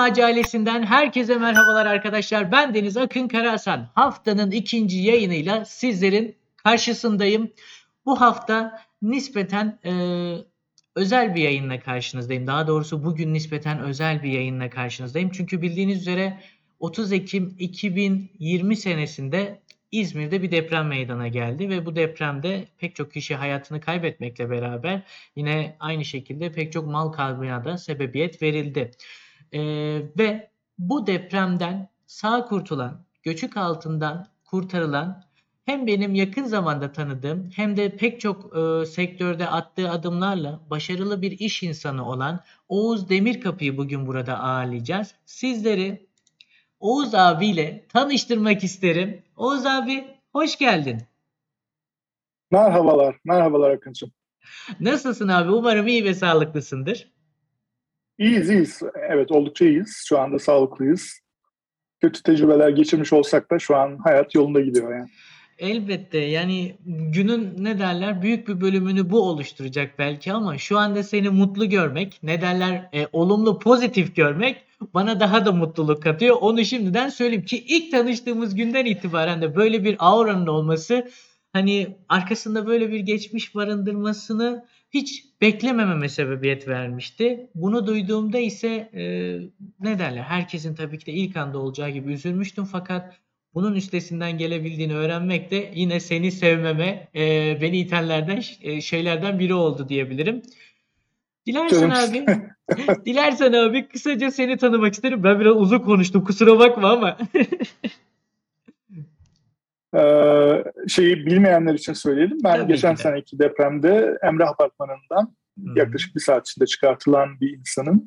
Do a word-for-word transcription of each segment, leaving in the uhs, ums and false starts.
Ağacı ailesinden herkese merhabalar arkadaşlar. Ben Deniz Akın Karahasan. Haftanın ikinci yayınıyla sizlerin karşısındayım. Bu hafta nispeten e, özel bir yayınla karşınızdayım. Daha doğrusu bugün nispeten özel bir yayınla karşınızdayım. Çünkü bildiğiniz üzere otuz Ekim iki bin yirmi senesinde İzmir'de bir deprem meydana geldi ve bu depremde pek çok kişi hayatını kaybetmekle beraber yine aynı şekilde pek çok mal kaybına da sebebiyet verildi. Ee, ve bu depremden sağ kurtulan, göçük altından kurtarılan hem benim yakın zamanda tanıdığım hem de pek çok e, sektörde attığı adımlarla başarılı bir iş insanı olan Oğuz Demirkapı'yı bugün burada ağırlayacağız. Sizleri Oğuz abiyle tanıştırmak isterim. Oğuz abi hoş geldin. Merhabalar, merhabalar Akıncığım. Nasılsın abi? Umarım iyi ve sağlıklısındır. İyiyiz, iyiyiz. Evet, oldukça iyiyiz. Şu anda sağlıklıyız. Kötü tecrübeler geçirmiş olsak da şu an hayat yolunda gidiyor yani. Elbette yani günün ne derler büyük bir bölümünü bu oluşturacak belki ama şu anda seni mutlu görmek, ne derler e, olumlu pozitif görmek bana daha da mutluluk katıyor. Onu şimdiden söyleyeyim ki ilk tanıştığımız günden itibaren de böyle bir auranın olması hani arkasında böyle bir geçmiş barındırmasını hiç beklemememe sebebiyet vermişti. Bunu duyduğumda ise e, ne derler herkesin tabii ki de ilk anda olacağı gibi üzülmüştüm fakat bunun üstesinden gelebildiğini öğrenmek de yine seni sevmeme, e, beni itenlerden e, şeylerden biri oldu diyebilirim. Dilersen abi, dilersen abi kısaca seni tanımak isterim. Ben biraz uzun konuştum, kusura bakma ama. Ee, şeyi bilmeyenler için söyleyelim. Ben Tabii geçen ki de. seneki depremde Emrah Apartmanı'ndan Hı-hı. yaklaşık bir saat içinde çıkartılan bir insanım.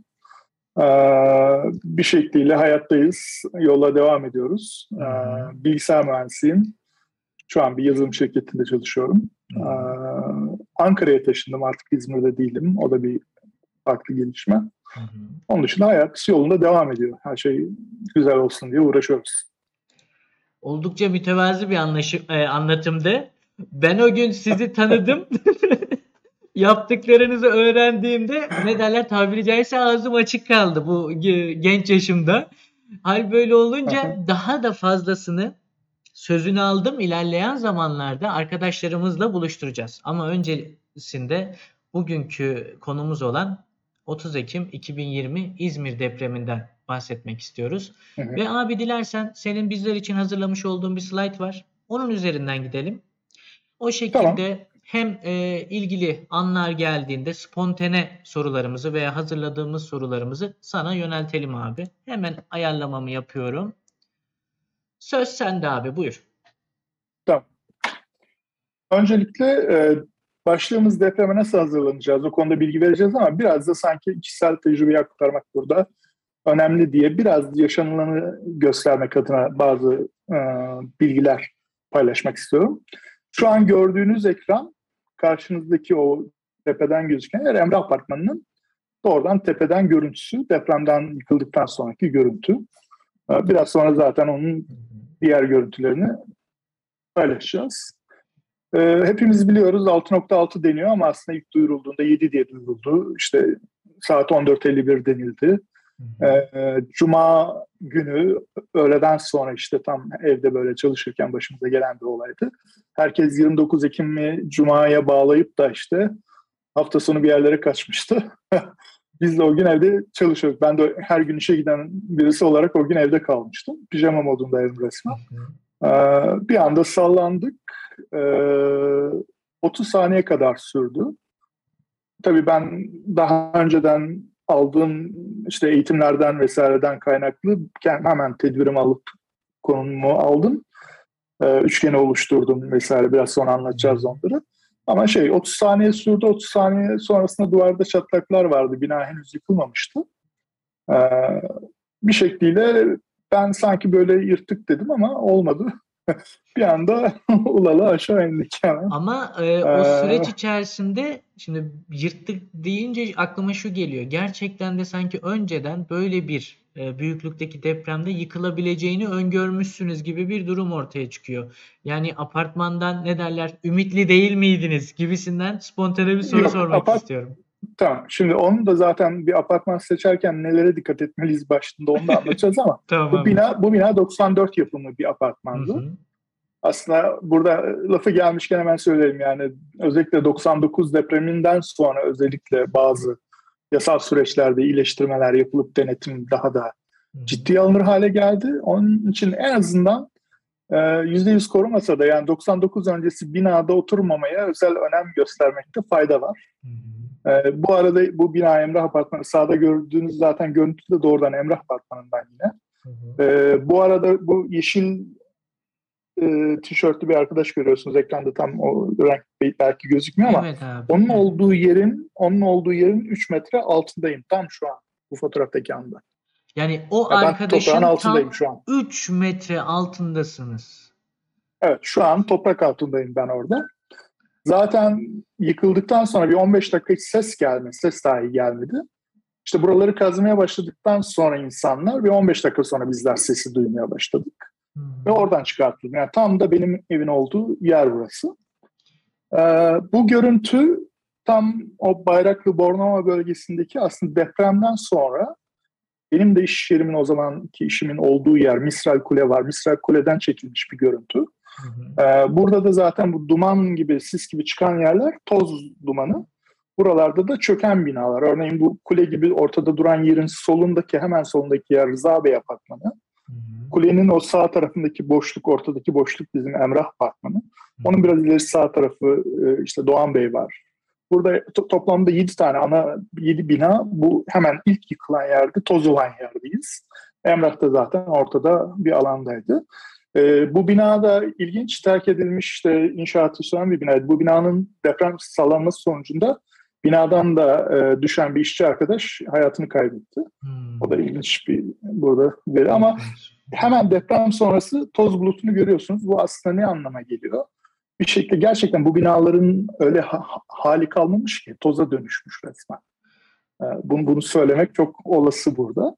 Ee, bir şekliyle hayattayız. Yola devam ediyoruz. Ee, bilgisayar mühendisiyim. Şu an bir yazılım şirketinde çalışıyorum. Ee, Ankara'ya taşındım. Artık İzmir'de değilim. O da bir farklı gelişme. Hı hı. Onun dışında hayat yolunda devam ediyor. Her şey güzel olsun diye uğraşıyoruz. Oldukça mütevazi bir anlaşım, e, anlatımdı. Ben o gün sizi tanıdım. Yaptıklarınızı öğrendiğimde ne derler tabiri caizse ağzım açık kaldı bu genç yaşımda. Hal böyle olunca daha da fazlasını sözünü aldım. İlerleyen zamanlarda arkadaşlarımızla buluşturacağız. Ama öncesinde bugünkü konumuz olan otuz Ekim iki bin yirmi İzmir depreminden bahsetmek istiyoruz. Hı hı. Ve abi dilersen senin bizler için hazırlamış olduğun bir slide var. Onun üzerinden gidelim. O şekilde tamam. Hem e, ilgili anlar geldiğinde spontane sorularımızı veya hazırladığımız sorularımızı sana yöneltelim abi. Hemen ayarlamamı yapıyorum. Söz sende abi, buyur. Tamam. Öncelikle e, başladığımız depreme nasıl hazırlanacağız? O konuda bilgi vereceğiz ama biraz da sanki kişisel tecrübeyi aktarmak burada önemli diye biraz yaşanılanı göstermek adına bazı e, bilgiler paylaşmak istiyorum. Şu an gördüğünüz ekran karşınızdaki o tepeden gözüken yer Emrah Apartmanı'nın doğrudan tepeden görüntüsü, depremden yıkıldıktan sonraki görüntü. Biraz sonra zaten onun diğer görüntülerini paylaşacağız. Hepimiz biliyoruz altı nokta altı deniyor ama aslında ilk duyurulduğunda yedi diye duyuruldu. İşte saat on dört elli bir denildi. Ee, Cuma günü öğleden sonra işte tam evde böyle çalışırken başımıza gelen bir olaydı. Herkes yirmi dokuz Ekim'i Cuma'ya bağlayıp da işte hafta sonu bir yerlere kaçmıştı. Biz de o gün evde çalışıyorduk. Ben de her gün işe giden birisi olarak o gün evde kalmıştım. Pijama modundaydım resmen. Ee, bir anda sallandık. Ee, otuz saniye kadar sürdü. Tabii ben daha önceden aldığım işte eğitimlerden vesaireden kaynaklı hemen tedbirimi alıp konumumu aldım. Ee, üçgeni oluşturdum vesaire. Biraz sonra anlatacağız onları. Ama şey otuz saniye sürdü. otuz saniye sonrasında duvarda çatlaklar vardı. Bina henüz yıkılmamıştı. Ee, bir şekliyle ben sanki böyle yırttık dedim ama olmadı. Bir anda ulalı aşağı indik hemen. Ama e, o süreç içerisinde şimdi yırttık deyince aklıma şu geliyor. Gerçekten de sanki önceden böyle bir e, büyüklükteki depremde yıkılabileceğini öngörmüşsünüz gibi bir durum ortaya çıkıyor. Yani apartmandan ne derler ümitli değil miydiniz gibisinden spontane bir soru Yok, sormak apart- istiyorum. Tamam. Şimdi onu da zaten bir apartman seçerken nelere dikkat etmeliyiz başında onu da anlatacağız ama bu Tamamdır. bina bu bina doksan dört yapımı bir Hı apartmandı. hı. Aslında burada lafı gelmişken hemen söyleyeyim, yani özellikle doksan dokuz depreminden sonra özellikle bazı yasal süreçlerde iyileştirmeler yapılıp denetim daha da Hı hı. ciddiye alınır hale geldi. Onun için en azından e, yüzde yüz korumasa da yani doksan dokuz öncesi binada oturmamaya özel önem göstermekte fayda var. Hı hı. E, bu arada bu bina Emrah Apartmanı, sağda gördüğünüz zaten görüntü de doğrudan Emrah Apartmanı'ndan yine. Hı hı. E, bu arada bu yeşil e, tişörtlü bir arkadaş görüyorsunuz ekranda, tam o renk belki gözükmüyor ama Evet abi. onun Hı hı. olduğu yerin onun olduğu yerin üç metre altındayım tam şu an bu fotoğraftaki anda. Yani o Ya ben toprağın arkadaşın altındayım tam şu an. üç metre altındasınız. Evet, şu an toprak altındayım ben orada. Zaten yıkıldıktan sonra bir on beş dakika hiç ses gelmedi, ses dahi gelmedi. İşte buraları kazmaya başladıktan sonra insanlar ve on beş dakika sonra bizler sesi duymaya başladık. Hı Ve hı. oradan çıkartıldım. Yani tam da benim evin olduğu yer burası. Ee, bu görüntü tam o Bayraklı Bornova bölgesindeki aslında depremden sonra benim de iş yerimin, o zamanki işimin olduğu yer Misral Kule var. Misral Kule'den çekilmiş bir görüntü. Hı hı. Ee, burada da zaten bu duman gibi, sis gibi çıkan yerler toz dumanı. Buralarda da çöken binalar. Örneğin bu kule gibi ortada duran yerin solundaki, hemen solundaki yer Rıza Bey Apartmanı. Hı hı. Kulenin o sağ tarafındaki boşluk, ortadaki boşluk bizim Emrah Apartmanı. Onun biraz ileri sağ tarafı e, işte Doğan Bey var. Burada to- toplamda yedi tane ana, yedi bina. Bu hemen ilk yıkılan yerde, toz olan yerdeyiz. Emrah da zaten ortada bir alandaydı. E, bu binada ilginç, terk edilmiş, işte inşaatı süren bir binaydı. Bu binanın deprem sallanması sonucunda binadan da e, düşen bir işçi arkadaş hayatını kaybetti. O da Hmm. ilginç bir burada veri ama İlginç. hemen deprem sonrası toz bulutunu görüyorsunuz. Bu aslında ne anlama geliyor? Bir şekilde gerçekten bu binaların öyle ha- hali kalmamış ki, toza dönüşmüş resmen. Ee, Bunu, bunu söylemek çok olası burada.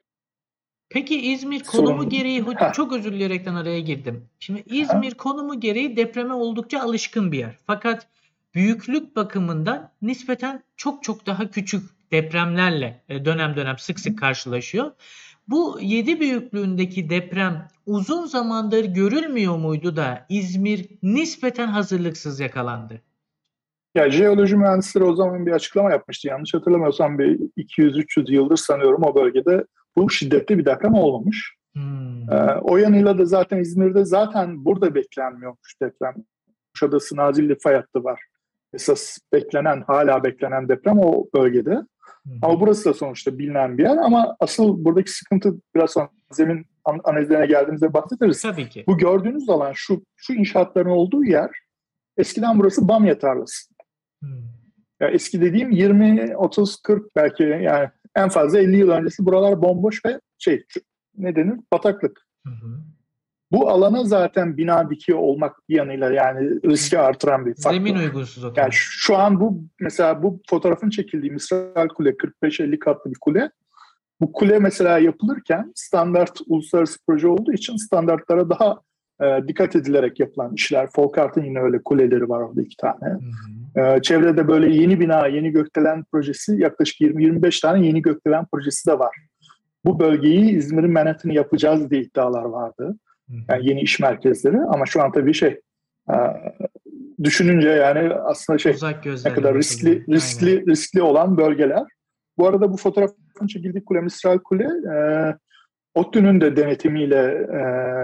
Peki İzmir konumu Sorun. gereği, hocam Heh, çok özür dileyerekten araya girdim. Şimdi heh. İzmir konumu gereği depreme oldukça alışkın bir yer. Fakat büyüklük bakımından nispeten çok çok daha küçük depremlerle e, dönem dönem sık sık karşılaşıyor. Bu yedi büyüklüğündeki deprem uzun zamandır görülmüyor muydu da İzmir nispeten hazırlıksız yakalandı? Ya jeoloji mühendisleri o zaman bir açıklama yapmıştı. Yanlış hatırlamıyorsam bir iki yüz üç yüz yıldır sanıyorum o bölgede bu şiddetli bir deprem olmamış. Hmm. Ee, o yanıyla da zaten İzmir'de zaten burada beklenmiyormuş deprem. Kuşadası Nazilli fay hattı var. Esas beklenen, hala beklenen deprem o bölgede. Hı hı. Ama burası da sonuçta bilinen bir yer. Ama asıl buradaki sıkıntı, biraz sonra zemin an- analizlerine geldiğimizde bahsederiz. Tabii ki. Bu gördüğünüz alan, şu şu inşaatların olduğu yer, eskiden burası bamya tarlası. Hmm. Ya eski dediğim yirmi, otuz, kırk, belki yani en fazla elli yıl öncesi buralar bomboş ve şey, ne denir? Bataklık. Hı hı. Bu alana zaten bina dikiyor olmak bir yanıyla yani riski artıran bir Zemin faktör. uygunsuz o Yani taraf. şu an bu mesela bu fotoğrafın çekildiği Misral Kule, kırk beş elli katlı bir kule. Bu kule mesela yapılırken standart uluslararası proje olduğu için standartlara daha e, dikkat edilerek yapılan işler. Folkart'ın yine öyle kuleleri var orada iki tane. Hı hı. E, çevrede böyle yeni bina, yeni gökdelen projesi, yaklaşık yirmi yirmi beş tane yeni gökdelen projesi de var. Bu bölgeyi İzmir'in Manhattan'ı yapacağız diye iddialar vardı. Hı hı. Yani yeni iş merkezleri, ama şu an tabii şey e, düşününce yani aslında şey, Uzak ne gözlerle kadar bakılıyor. riskli riskli Aynen. riskli olan bölgeler. Bu arada bu fotoğrafın çekildiği kule Misral Kule, e, ODTÜ'nün de denetimiyle e,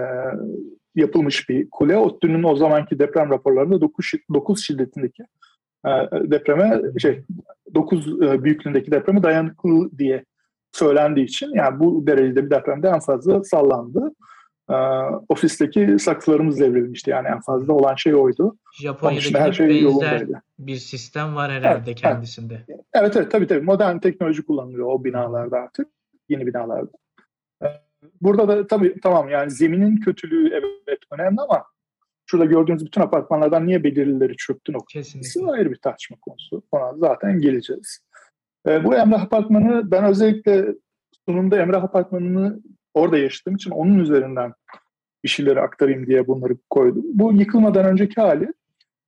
yapılmış bir kule. ODTÜ'nün o zamanki deprem raporlarında dokuz şiddetindeki e, depreme şey dokuz e, büyüklüğündeki depreme dayanıklı diye söylendiği için, yani bu derecede bir depremde en fazla sallandı. E, ofisteki saksılarımız devrilmişti, yani en fazla olan şey oydu. Onun dışında her Japonya'dakine şey benzer yolundaydı. bir sistem var Evet, herhalde evet. kendisinde. Evet, evet, tabii tabii. Modern teknoloji kullanılıyor o Hı hı. binalarda artık. Yeni binalarda. Ee, Burada da tabii tamam, yani zeminin kötülüğü evet önemli ama şurada gördüğünüz bütün apartmanlardan niye belirlileri çöktü noktası Kesinlikle. ayrı bir tartışma konusu. Ona zaten geleceğiz. Ee, bu Emrah Apartmanı, ben özellikle sunumda Emrah Apartmanı'nı orada yaşadığım için onun üzerinden bir şeyleri aktarayım diye bunları koydum. Bu yıkılmadan önceki hali.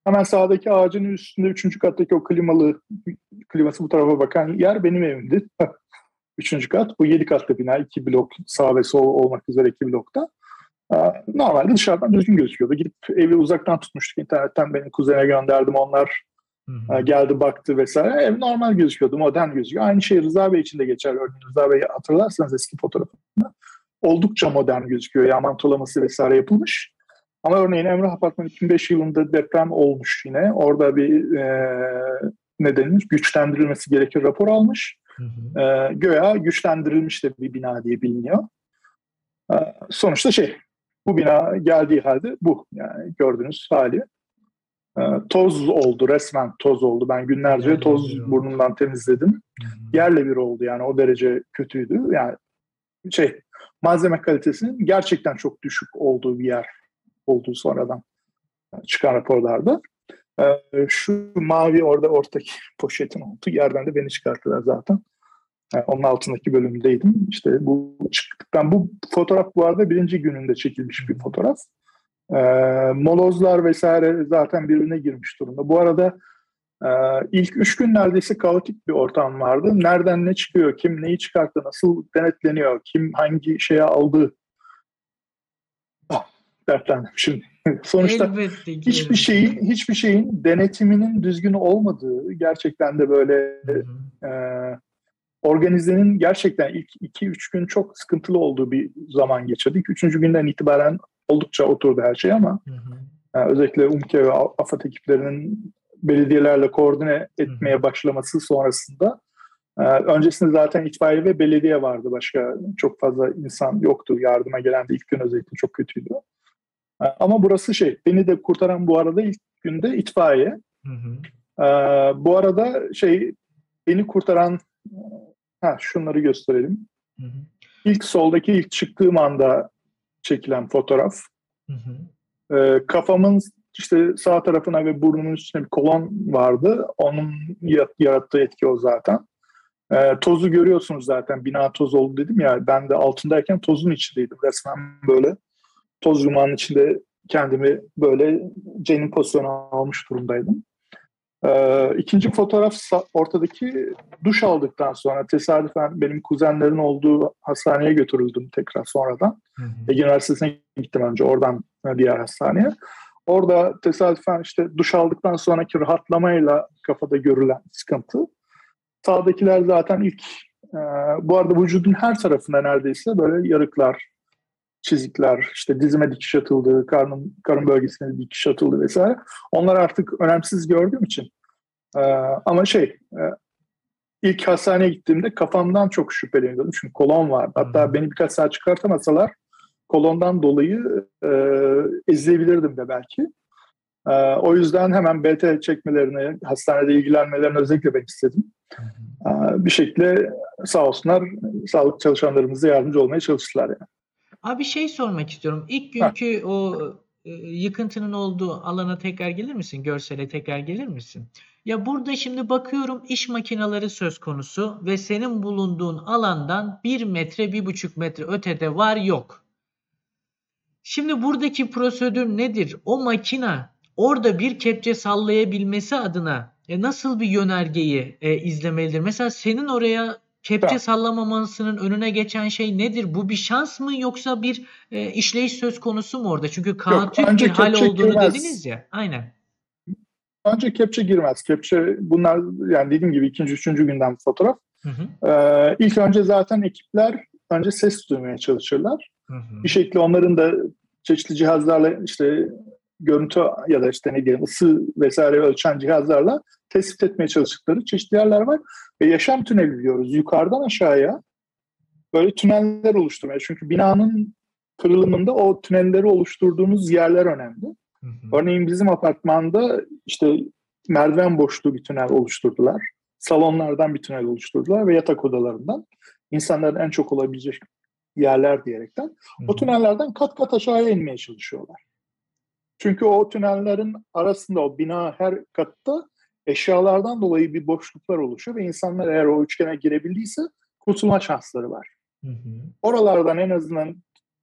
Hemen sağdaki ağacın üstünde üçüncü kattaki o klimalı, kliması bu tarafa bakan yer benim evimdi. Üçüncü kat. Bu yedi katlı bina. iki blok sağ ve sol olmak üzere iki blokta. Normalde dışarıdan düzgün gözüküyordu. Gidip evi uzaktan tutmuştuk. İnternetten benim kuzene gönderdim. Onlar hı hı. geldi baktı vesaire. Ev normal gözüküyordu. Modern gözüküyor. Aynı şey Rıza Bey için de geçer. Örneğin Rıza Bey'i hatırlarsanız eski fotoğrafında oldukça modern gözüküyor. Yağmantolaması vesaire yapılmış. Ama örneğin Emrah Apartmanı iki bin beş yılında deprem olmuş yine. Orada bir e, ne denir? Güçlendirilmesi gerekir rapor almış. Hı hı. E, göya güçlendirilmiş de bir bina diye biliniyor. E, sonuçta şey, bu bina geldiği halde bu. Yani gördüğünüz hali. E, toz oldu, resmen toz oldu. Ben günlerce yerle toz burnumdan temizledim. Hı hı. Yerle bir oldu yani, o derece kötüydü. Yani şey, malzeme kalitesinin gerçekten çok düşük olduğu bir yer olduğu sonradan çıkan raporlarda. Ee, şu mavi orada ortadaki poşetin olduğu yerden de beni çıkarttılar zaten. Yani onun altındaki bölümdeydim. İşte bu çıktıktan, bu fotoğraf bu arada birinci gününde çekilmiş bir fotoğraf. Ee, molozlar vesaire zaten birbirine girmiş durumda. Bu arada e, ilk üç gün neredeyse kaotik bir ortam vardı. Nereden ne çıkıyor, kim neyi çıkarttı, nasıl denetleniyor, kim hangi şeye aldı. Ah, dertlendim şimdi. Sonuçta elbette, hiçbir elbette. şeyin hiçbir şeyin denetiminin düzgün olmadığı, gerçekten de böyle e, organizenin gerçekten ilk iki üç gün çok sıkıntılı olduğu bir zaman geçirdik. Üçüncü günden itibaren oldukça oturdu her şey ama hı hı. E, özellikle UMKE ve AFAD ekiplerinin belediyelerle koordine etmeye hı hı. başlaması sonrasında e, öncesinde zaten itfaiye ve belediye vardı. Başka çok fazla insan yoktu. Yardıma gelen de ilk gün özellikle çok kötüydü. Ama burası şey, beni de kurtaran bu arada ilk günde itfaiye. Hı hı. Ee, bu arada şey, beni kurtaran, ha şunları gösterelim. Hı hı. İlk soldaki ilk çıktığım anda çekilen fotoğraf. Hı hı. Ee, kafamın işte sağ tarafına ve burnumun üstüne bir kolon vardı. Onun yarattığı etki o zaten. Ee, tozu görüyorsunuz zaten, bina toz oldu dedim ya, ben de altındayken tozun içindeydim resmen, böyle toz yumağının içinde kendimi böyle cenin pozisyonu almış durumdaydım. Ee, ikinci fotoğraf ortadaki, duş aldıktan sonra tesadüfen benim kuzenlerin olduğu hastaneye götürüldüm tekrar sonradan. Hı hı. Ege Üniversitesi'ne gittim önce, oradan diğer hastaneye. Orada tesadüfen işte duş aldıktan sonraki rahatlamayla kafada görülen sıkıntı. Sağdakiler zaten ilk, e, bu arada vücudun her tarafında neredeyse böyle yarıklar, çizikler, işte dizime dikiş atıldı, karnım, karın bölgesine dikiş atıldı vesaire. Onlar artık önemsiz gördüğüm için. Ee, ama şey, e, ilk hastaneye gittiğimde kafamdan çok şüpheleniyordum. Çünkü kolon vardı. Hatta hmm. beni birkaç saat çıkartamasalar kolondan dolayı e, ezilebilirdim de belki. E, o yüzden hemen B T çekmelerini, hastanede ilgilenmelerini özellikle ben istedim. Hmm. E, bir şekilde sağ olsunlar, sağlık çalışanlarımıza yardımcı olmaya çalıştılar yani. Abi şey sormak istiyorum. İlk günkü ha. o e, yıkıntının olduğu alana tekrar gelir misin? Görsele tekrar gelir misin? Ya burada şimdi bakıyorum, iş makineleri söz konusu ve senin bulunduğun alandan bir metre, bir buçuk metre ötede var yok. Şimdi buradaki prosedür nedir? O makina orada bir kepçe sallayabilmesi adına e, nasıl bir yönergeyi e, izlemelidir? Mesela senin oraya kepçe tamam. sallamamasının önüne geçen şey nedir? Bu bir şans mı, yoksa bir e, işleyiş söz konusu mu orada? Çünkü kaotik bir hal olduğunu girmez. dediniz ya. Aynen. Ancak kepçe girmez. Kepçe, bunlar yani dediğim gibi ikinci, üçüncü günden fotoğraf. Hı hı. Ee, ilk önce zaten ekipler önce ses duymaya çalışırlar. Hı hı. Bir şekilde onların da çeşitli cihazlarla, işte görüntü ya da işte ne diyelim ısı vesaire ölçen cihazlarla tespit etmeye çalıştıkları çeşitli yerler var. Ve yaşam tüneli diyoruz. Yukarıdan aşağıya böyle tüneller oluşturmaya. Çünkü binanın kırılımında o tünelleri oluşturduğunuz yerler önemli. Hı hı. Örneğin bizim apartmanda işte merdiven boşluğu bir tünel oluşturdular. Salonlardan bir tünel oluşturdular ve yatak odalarından. İnsanların en çok olabilecek yerler diyerekten. Hı hı. O tünellerden kat kat aşağıya inmeye çalışıyorlar. Çünkü o tünellerin arasında, o bina her katta eşyalardan dolayı bir boşluklar oluşuyor ve insanlar eğer o üçgene girebildiyse kurtulma şansları var. Hı hı. Oralardan en azından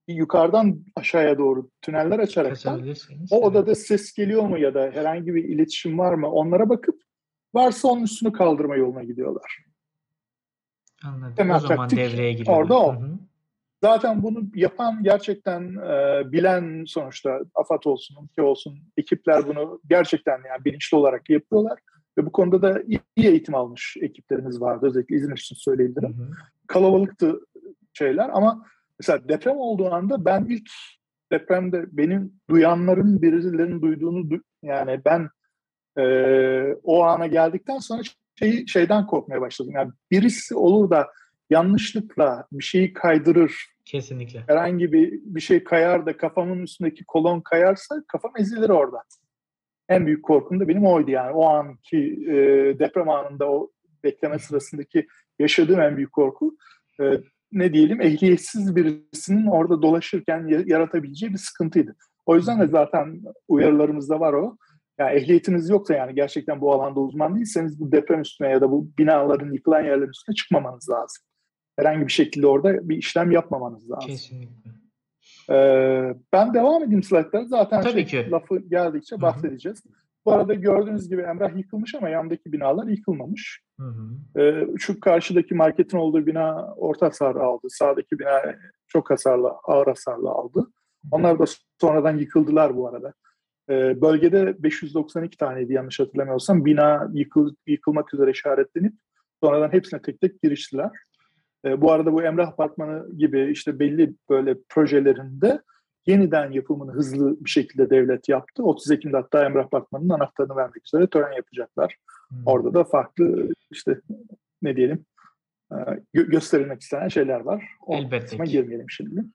yukarıdan aşağıya doğru tüneller açaraktan Kasabilirsiniz. o Evet. odada ses geliyor mu ya da herhangi bir iletişim var mı onlara bakıp varsa onun üstünü kaldırma yoluna gidiyorlar. Anladım. O Temel zaman taktik devreye orada giriyorlar. Hı o. hı. Zaten bunu yapan gerçekten e, bilen sonuçta AFAD olsun, ülke olsun ekipler bunu gerçekten yani bilinçli olarak yapıyorlar. Ve bu konuda da iyi eğitim almış ekiplerimiz vardı. Özellikle İzmir için Hı söyleyebilirim. hı. Kalabalıktı şeyler ama mesela deprem olduğu anda ben ilk depremde benim duyanların birilerinin duyduğunu yani ben e, o ana geldikten sonra şey, şeyden korkmaya başladım. Yani birisi olur da yanlışlıkla bir şeyi kaydırır, Kesinlikle. herhangi bir bir şey kayar da kafamın üstündeki kolon kayarsa kafam ezilir orada. En büyük korkum da benim oydu yani. O anki e, deprem anında o bekleme sırasındaki yaşadığım en büyük korku e, ne diyelim ehliyetsiz birisinin orada dolaşırken yaratabileceği bir sıkıntıydı. O yüzden de zaten uyarılarımızda var o. Yani ehliyetiniz yoksa yani gerçekten bu alanda uzman değilseniz bu deprem üstüne ya da bu binaların yıkılan yerlerin üstüne çıkmamanız lazım. Herhangi bir şekilde orada bir işlem yapmamanız lazım. Kesinlikle. Ee, ben devam edeyim slaytlara. Zaten Tabii şey ki. lafı geldikçe Hı hı. bahsedeceğiz. Bu arada gördüğünüz gibi Emrah yıkılmış ama yandaki binalar yıkılmamış. Hı hı. Ee, şu karşıdaki marketin olduğu bina orta hasar aldı. Sağdaki bina çok hasarlı, ağır hasarlı aldı. Onlar da sonradan yıkıldılar bu arada. Ee, bölgede beş yüz doksan iki taneydi yanlış hatırlamıyorsam. Bina yıkıl, yıkılmak üzere işaretlenip sonradan hepsine tek tek giriştiler. E, bu arada bu Emrah Apartmanı gibi işte belli böyle projelerinde yeniden yapımını hızlı bir şekilde devlet yaptı. otuz Ekim'de hatta Emrah Apartmanı'nın anahtarını vermek üzere tören yapacaklar. Hmm. Orada da farklı işte ne diyelim e, gö- gösterilmek istenen şeyler var. O Elbette kısma ki. girmeyelim şimdi.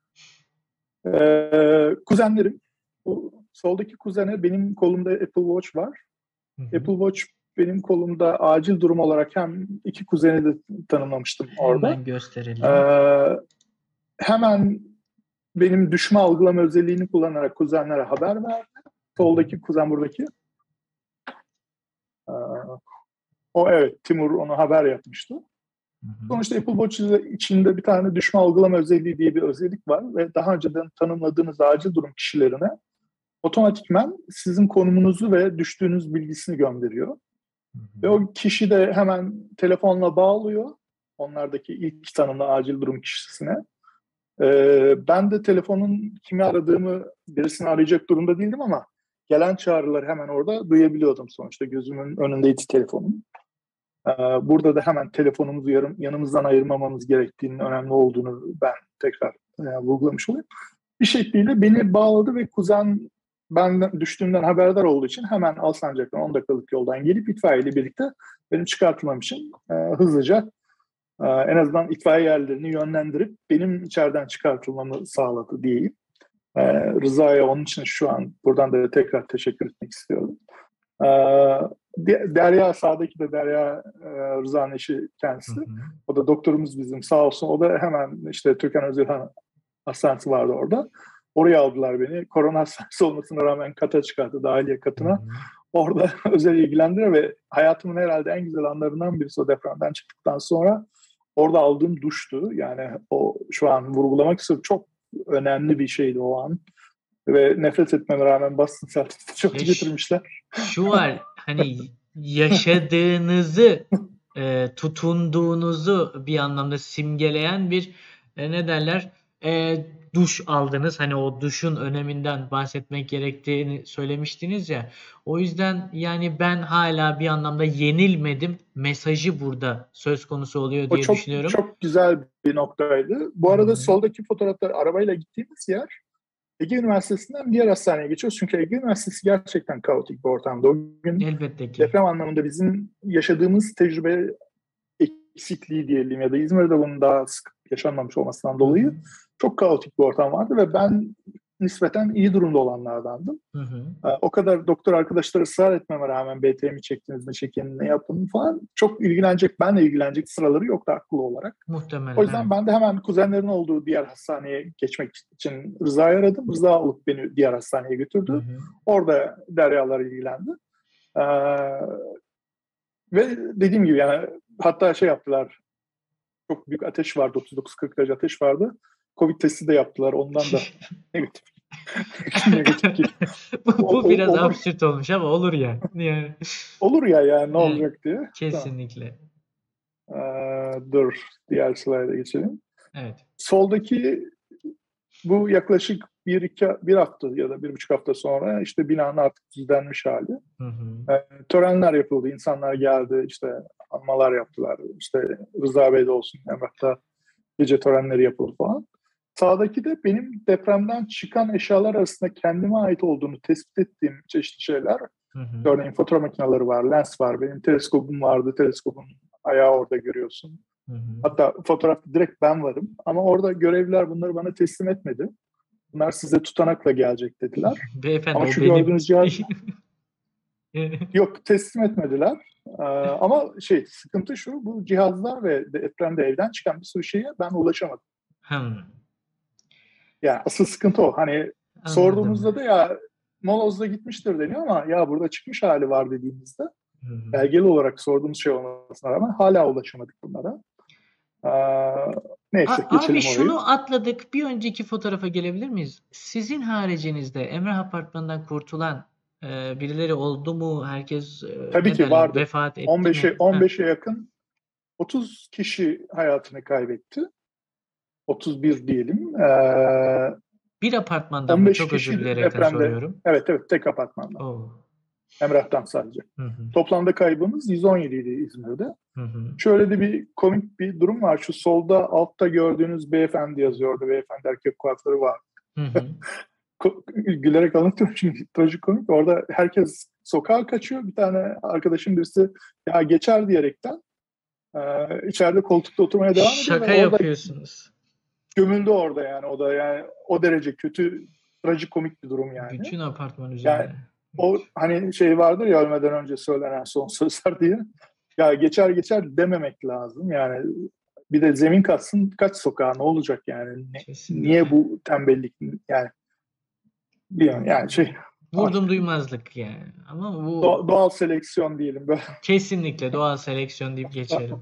E, kuzenlerim, bu soldaki kuzene benim kolumda Apple Watch var. Hı hı. Apple Watch benim kolumda acil durum olarak hem iki kuzeni de tanımlamıştım orada. Hemen gösterelim. Ee, hemen benim düşme algılama özelliğini kullanarak kuzenlere haber verdi. Soldaki kuzen buradaki. Ee, o evet Timur onu haber yapmıştı. Hı hı. Sonuçta Apple Watch içinde bir tane düşme algılama özelliği diye bir özellik var ve daha önceden tanımladığınız acil durum kişilerine otomatikman sizin konumunuzu ve düştüğünüz bilgisini gönderiyor. Hı hı. Ve o kişi de hemen telefonla bağlıyor. Onlardaki ilk tanımlı acil durum kişisine. Ee, ben de telefonun kimi aradığımı birisini arayacak durumda değildim ama gelen çağrıları hemen orada duyabiliyordum sonuçta. Gözümün önündeydi telefonum. Ee, burada da hemen telefonumuzu yarım, yanımızdan ayırmamamız gerektiğinin önemli olduğunu ben tekrar e, vurgulamış olayım. Bir şekilde beni bağladı ve kuzen benden düştüğümden haberdar olduğu için hemen Alsancak'tan on dakikalık yoldan gelip itfaiyeyle birlikte benim çıkartmam için e, hızlıca e, en azından itfaiye yerlerini yönlendirip benim içeriden çıkartılmamı sağladı diyeyim. E, Rıza'ya onun için şu an buradan da tekrar teşekkür etmek istiyorum. E, Derya sağdaki de Derya e, Rıza'nın eşi kendisi. Hı hı. O da doktorumuz bizim sağ olsun. O da hemen işte Türkan Özilhan hastanesi vardı orada. Oraya aldılar beni. Korona hastanesi olmasına rağmen kata çıkarttı, dahiliye katına. Hı-hı. Orada özel ilgilendiriyor ve hayatımın herhalde en güzel anlarından birisi o depremden çıktıktan sonra orada aldığım duştu. Yani o şu an vurgulamak istiyorum. Çok önemli bir şeydi o an. Ve nefret etmeme rağmen Boston Celtics'te çok ya getirmişler. Şu var hani yaşadığınızı e, tutunduğunuzu bir anlamda simgeleyen bir e, ne derler e, duş aldınız. Hani o duşun öneminden bahsetmek gerektiğini söylemiştiniz ya. O yüzden yani ben hala bir anlamda yenilmedim mesajı burada söz konusu oluyor diye o çok, düşünüyorum. Çok güzel bir noktaydı. Bu arada Hı-hı. soldaki fotoğraflar arabayla gittiğimiz yer Ege Üniversitesi'nden diğer hastaneye geçiyoruz. Çünkü Ege Üniversitesi gerçekten kaotik bir ortamda. O gün elbette ki deprem anlamında bizim yaşadığımız tecrübe eksikliği diyelim ya da İzmir'de bunun daha sık yaşanmamış olmasından dolayı hı hı. çok kaotik bir ortam vardı ve ben nispeten iyi durumda olanlardandım. Hı hı. O kadar doktor arkadaşlar ısrar etmeme rağmen B T M'i çektiniz mi, çekin ne yapın falan çok ilgilenecek, benle ilgilenecek sıraları yoktu haklı olarak. Muhtemelen, o yüzden evet. ben de hemen kuzenlerin olduğu diğer hastaneye geçmek için Rıza'yı aradım. Rıza alıp beni diğer hastaneye götürdü. Hı hı. Orada Deryalar ilgilendi. Ee, ve dediğim gibi yani hatta şey yaptılar. Çok büyük ateş vardı. otuz dokuz kırk derece ateş vardı. Covid testi de yaptılar. Ondan da negatif. Negatif ki. bu, O- bu o- biraz olur. absürt olmuş ama olur ya. Yani, Olur ya yani ne Evet, olacak diye. Tamam. kesinlikle. Ee, dur diğer slayda geçelim. Evet. Soldaki bu yaklaşık bir, iki, bir hafta ya da bir buçuk hafta sonra işte binanın artık düzenlenmiş hali. Hı hı. Ee, törenler yapıldı. İnsanlar geldi, işte anmalar yaptılar. İşte Rıza Bey'de olsun, Emrah'ta gece törenleri yapıldı falan. Sağdaki de benim depremden çıkan eşyalar arasında kendime ait olduğunu tespit ettiğim çeşitli şeyler. Hı hı. Örneğin fotoğraf makineleri var, lens var. Benim teleskopum vardı. Teleskopun ayağı orada görüyorsun. Hı hı. Hatta fotoğrafta direkt ben varım. Ama orada görevliler bunları bana teslim etmedi. Bunlar size tutanakla gelecek dediler. Beyefendi Ama o şu benim. gördüğünüz cihaz yok, teslim etmediler. Ee, ama şey sıkıntı şu, bu cihazlar ve depremde evden çıkan bir sürü şeye ben ulaşamadım. Hmm, Yani asıl sıkıntı o. Hani anladım. sorduğumuzda da ya Moloz'da gitmiştir deniyor ama ya burada çıkmış hali var dediğimizde Hı hı. belgeli olarak sorduğumuz şey olmasına rağmen hala ulaşamadık bunlara. Ee, neyse A- geçelim Abi orayı. şunu atladık. Bir önceki fotoğrafa gelebilir miyiz? Sizin haricinizde Emrah Apartmanı'ndan kurtulan e, birileri oldu mu? Herkes e, Tabii ne ki derler? vardı. Vefat etti on beşe mi? Ha. on beşe yakın otuz kişi hayatını kaybetti. otuz bir diyelim. Ee, Bir apartmandan on mı? beş Çok özür kişi dilerekten depremde. soruyorum. Evet evet, tek apartmanda. Oo. Emrah'tan sadece. Hı hı. Toplamda kaybımız yüz on yedi idi İzmir'de. Hı hı. Şöyle de bir komik bir durum var. Şu solda altta gördüğünüz beyefendi yazıyordu. Beyefendi erkek kuaförü var. Hı hı. Gülerek anlatıyorum şimdi. Trajikomik. Orada herkes sokağa kaçıyor. Bir tane arkadaşım birisi ya geçer diyerekten e, içeride koltukta oturmaya devam ediyor. Şaka Ve orada yapıyorsunuz. gömüldü orada yani. O da yani o derece kötü, trajikomik bir durum yani. Bütün apartman Yani üzerine. o hani şey vardır ya, ölmeden önce söylenen son sözler diye. Ya geçer geçer dememek lazım. Yani bir de zemin katsın kaç sokağa, ne olacak yani? Ne- Kesinlikle. niye bu tembellik yani? Bilmiyorum yani şey Vurdum artık duymazlık yani. Ama bu doğa- doğal seleksiyon diyelim böyle. kesinlikle doğal seleksiyon deyip geçelim.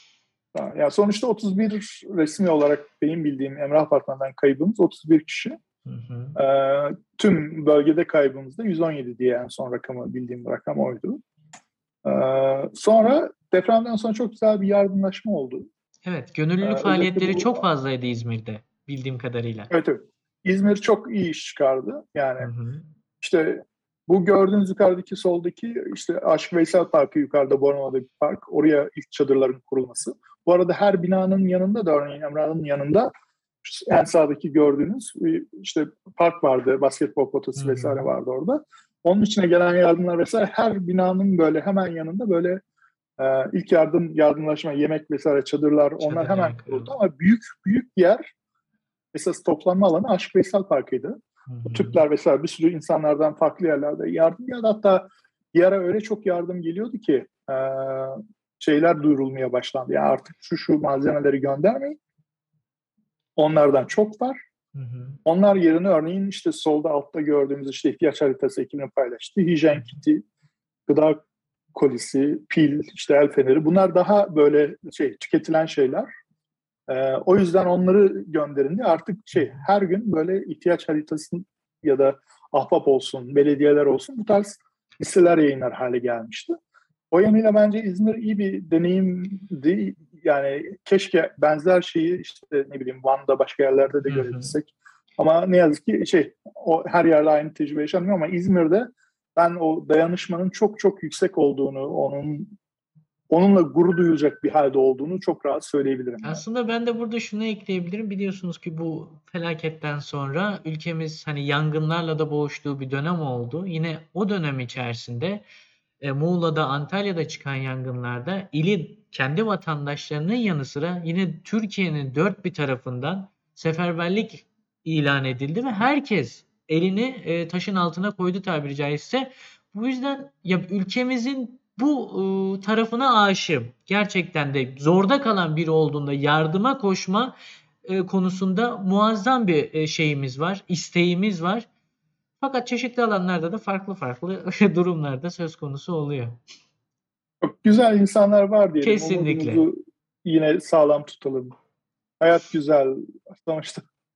Yani sonuçta otuz bir resmi olarak benim bildiğim Emrah Apartmanı'ndan kaybımız otuz bir kişi. Hı hı. Ee, tüm bölgede kaybımız da yüz on yedi diye en son rakamı, bildiğim rakam oydu. Ee, sonra depremden sonra çok güzel bir yardımlaşma oldu. Evet, Ee, gönüllülük özellikle faaliyetleri bu, çok fazlaydı İzmir'de bildiğim kadarıyla. evet evet. İzmir çok iyi iş çıkardı. Yani Hı hı. işte bu gördüğünüz yukarıdaki soldaki işte Aşık Veysel Parkı, yukarıda Bornova'da bir park. Oraya ilk çadırların kurulması. Bu arada her binanın yanında da, örneğin Emrah'ın yanında en sağdaki gördüğünüz işte park vardı. Basketbol potası Hı hı. vesaire vardı orada. Onun içine gelen yardımlar vesaire, her binanın böyle hemen yanında böyle e, ilk yardım, yardımlaşma, yemek vesaire çadırlar, onlar hemen Çadırlar kuruldu. kuruldu. Ama büyük büyük yer, esas toplanma alanı Aşık Veysel Parkı'ydı. Hı Bu hı. Türkler vesaire bir sürü insanlardan farklı yerlerde yardım geldi. Hatta bir ara öyle çok yardım geliyordu ki e, şeyler duyurulmaya başlandı. Yani artık şu şu malzemeleri göndermeyin. Onlardan çok var. Hı hı. Onlar yerine örneğin işte solda altta gördüğümüz işte ihtiyaç haritası ekibini paylaştı. Hijyen kiti, gıda kolisi, pil, işte el feneri, bunlar daha böyle şey tüketilen şeyler. Ee, o yüzden onları gönderin diye artık şey her gün böyle ihtiyaç haritası ya da ahbap olsun, belediyeler olsun bu tarz listeler yayınlar hale gelmişti. O yanıyla bence İzmir iyi bir deneyimdi. Yani keşke benzer şeyi işte ne bileyim Van'da, başka yerlerde de Hı hı. görebilsek. Ama ne yazık ki şey o her yerde aynı tecrübe yaşanmıyor ama İzmir'de ben o dayanışmanın çok çok yüksek olduğunu, onun onunla gurur duyulacak bir halde olduğunu çok rahat söyleyebilirim. Yani. Aslında ben de burada şunu ekleyebilirim. Biliyorsunuz ki bu felaketten sonra ülkemiz hani yangınlarla da boğuştuğu bir dönem oldu. Yine o dönem içerisinde e, Muğla'da, Antalya'da çıkan yangınlarda ilin kendi vatandaşlarının yanı sıra yine Türkiye'nin dört bir tarafından seferberlik ilan edildi ve herkes elini e, taşın altına koydu tabiri caizse. Bu yüzden ya ülkemizin bu e, tarafına aşığım. Gerçekten de zorda kalan biri olduğunda yardıma koşma e, konusunda muazzam bir e, şeyimiz var, isteğimiz var. Fakat çeşitli alanlarda da farklı farklı durumlarda söz konusu oluyor. Çok güzel insanlar var diyelim. Kesinlikle. Umudumuzu yine sağlam tutalım. Hayat güzel. Sonuçta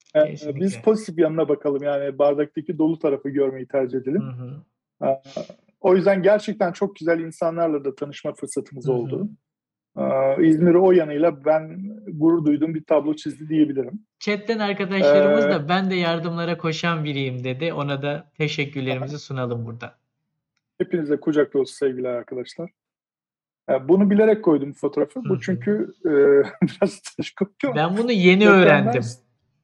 Ee, biz Kesinlikle. pozitif yanına bakalım, yani bardaktaki dolu tarafı görmeyi tercih Hı edelim. hı. Ee, o yüzden gerçekten çok güzel insanlarla da tanışma fırsatımız Hı hı. oldu. Ee, İzmir o yanıyla ben gurur duyduğum bir tablo çizdi diyebilirim. Chatten arkadaşlarımız Ee, da ben de yardımlara koşan biriyim dedi. Ona da teşekkürlerimizi sunalım burada. hepinize kucak dolusu sevgiler arkadaşlar. Ee, bunu bilerek koydum fotoğrafı. Hı Bu hı. çünkü e, biraz trajik ama Ben bunu yeni depremden öğrendim.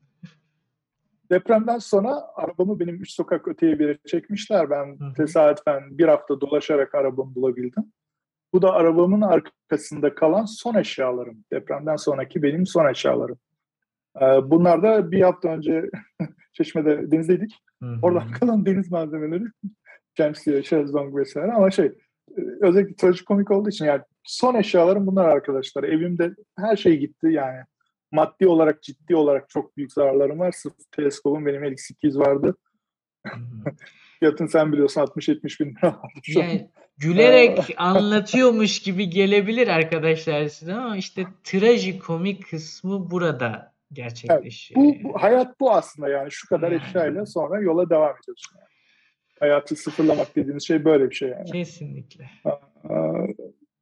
depremden sonra arabamı benim üç sokak öteye bir yere çekmişler. Ben Hı hı. tesadüfen bir hafta dolaşarak arabamı bulabildim. Bu da arabamın arkasında kalan son eşyalarım. Depremden sonraki benim son eşyalarım. Ee, bunlar da bir hafta önce Çeşme'de denizdeydik. Hı hı. Oradan kalan deniz malzemeleri, şemsiye, şezlong vesaire. Ama şey, e, özellikle trajikomik olduğu için yani son eşyalarım bunlar arkadaşlar. Evimde her şey gitti yani. Maddi olarak, ciddi olarak çok büyük zararlarım var. Sırf teleskopum, benim L X iki yüz vardı. Hı hı. Fiyatını sen biliyorsun, altmış yetmiş bin lira vardı şu an. Yani Ee, gülerek anlatıyormuş gibi gelebilir arkadaşlar size ama işte trajikomik kısmı burada evet, gerçekleşiyor bu, bu yani. hayat bu aslında, yani şu kadar Yani eşyayla sonra yola devam ediyorsun. Yani. Hayatı sıfırlamak dediğimiz şey böyle bir şey yani. kesinlikle. Ee,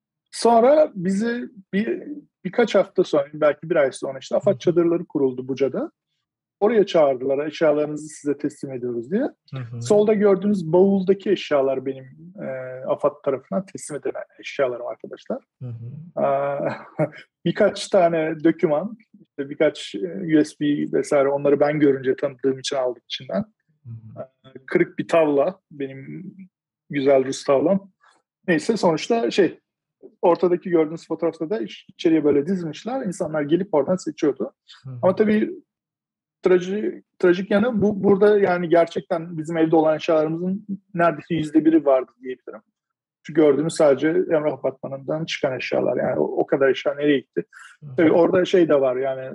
sonra bizi bir birkaç hafta sonra, belki bir ay sonra işte Hı AFAD çadırları kuruldu Buca'da. Oraya çağırdılar, eşyalarınızı size teslim ediyoruz diye. hı. Hı. Solda gördüğünüz bavuldaki eşyalar benim e, AFAD tarafından teslim edilen eşyalarım arkadaşlar. Hı hı. Ee, birkaç tane doküman, işte birkaç U S B vesaire, onları ben görünce tanıdığım için aldım içinden. Hı hı. Kırık bir tavla, benim güzel Rus tavlam. Neyse, sonuçta şey, ortadaki gördüğünüz fotoğrafta da içeriye böyle dizmişler. İnsanlar gelip oradan seçiyordu. Hı hı. Ama tabii trajik, trajik yanı bu, burada yani gerçekten bizim evde olan eşyalarımızın neredeyse yüzde biri vardı diyebilirim. Şu gördüğünüz sadece Emrah Apartmanı'ndan çıkan eşyalar. Yani o, o kadar eşya nereye gitti? Hı hı. Tabii orada şey de var yani,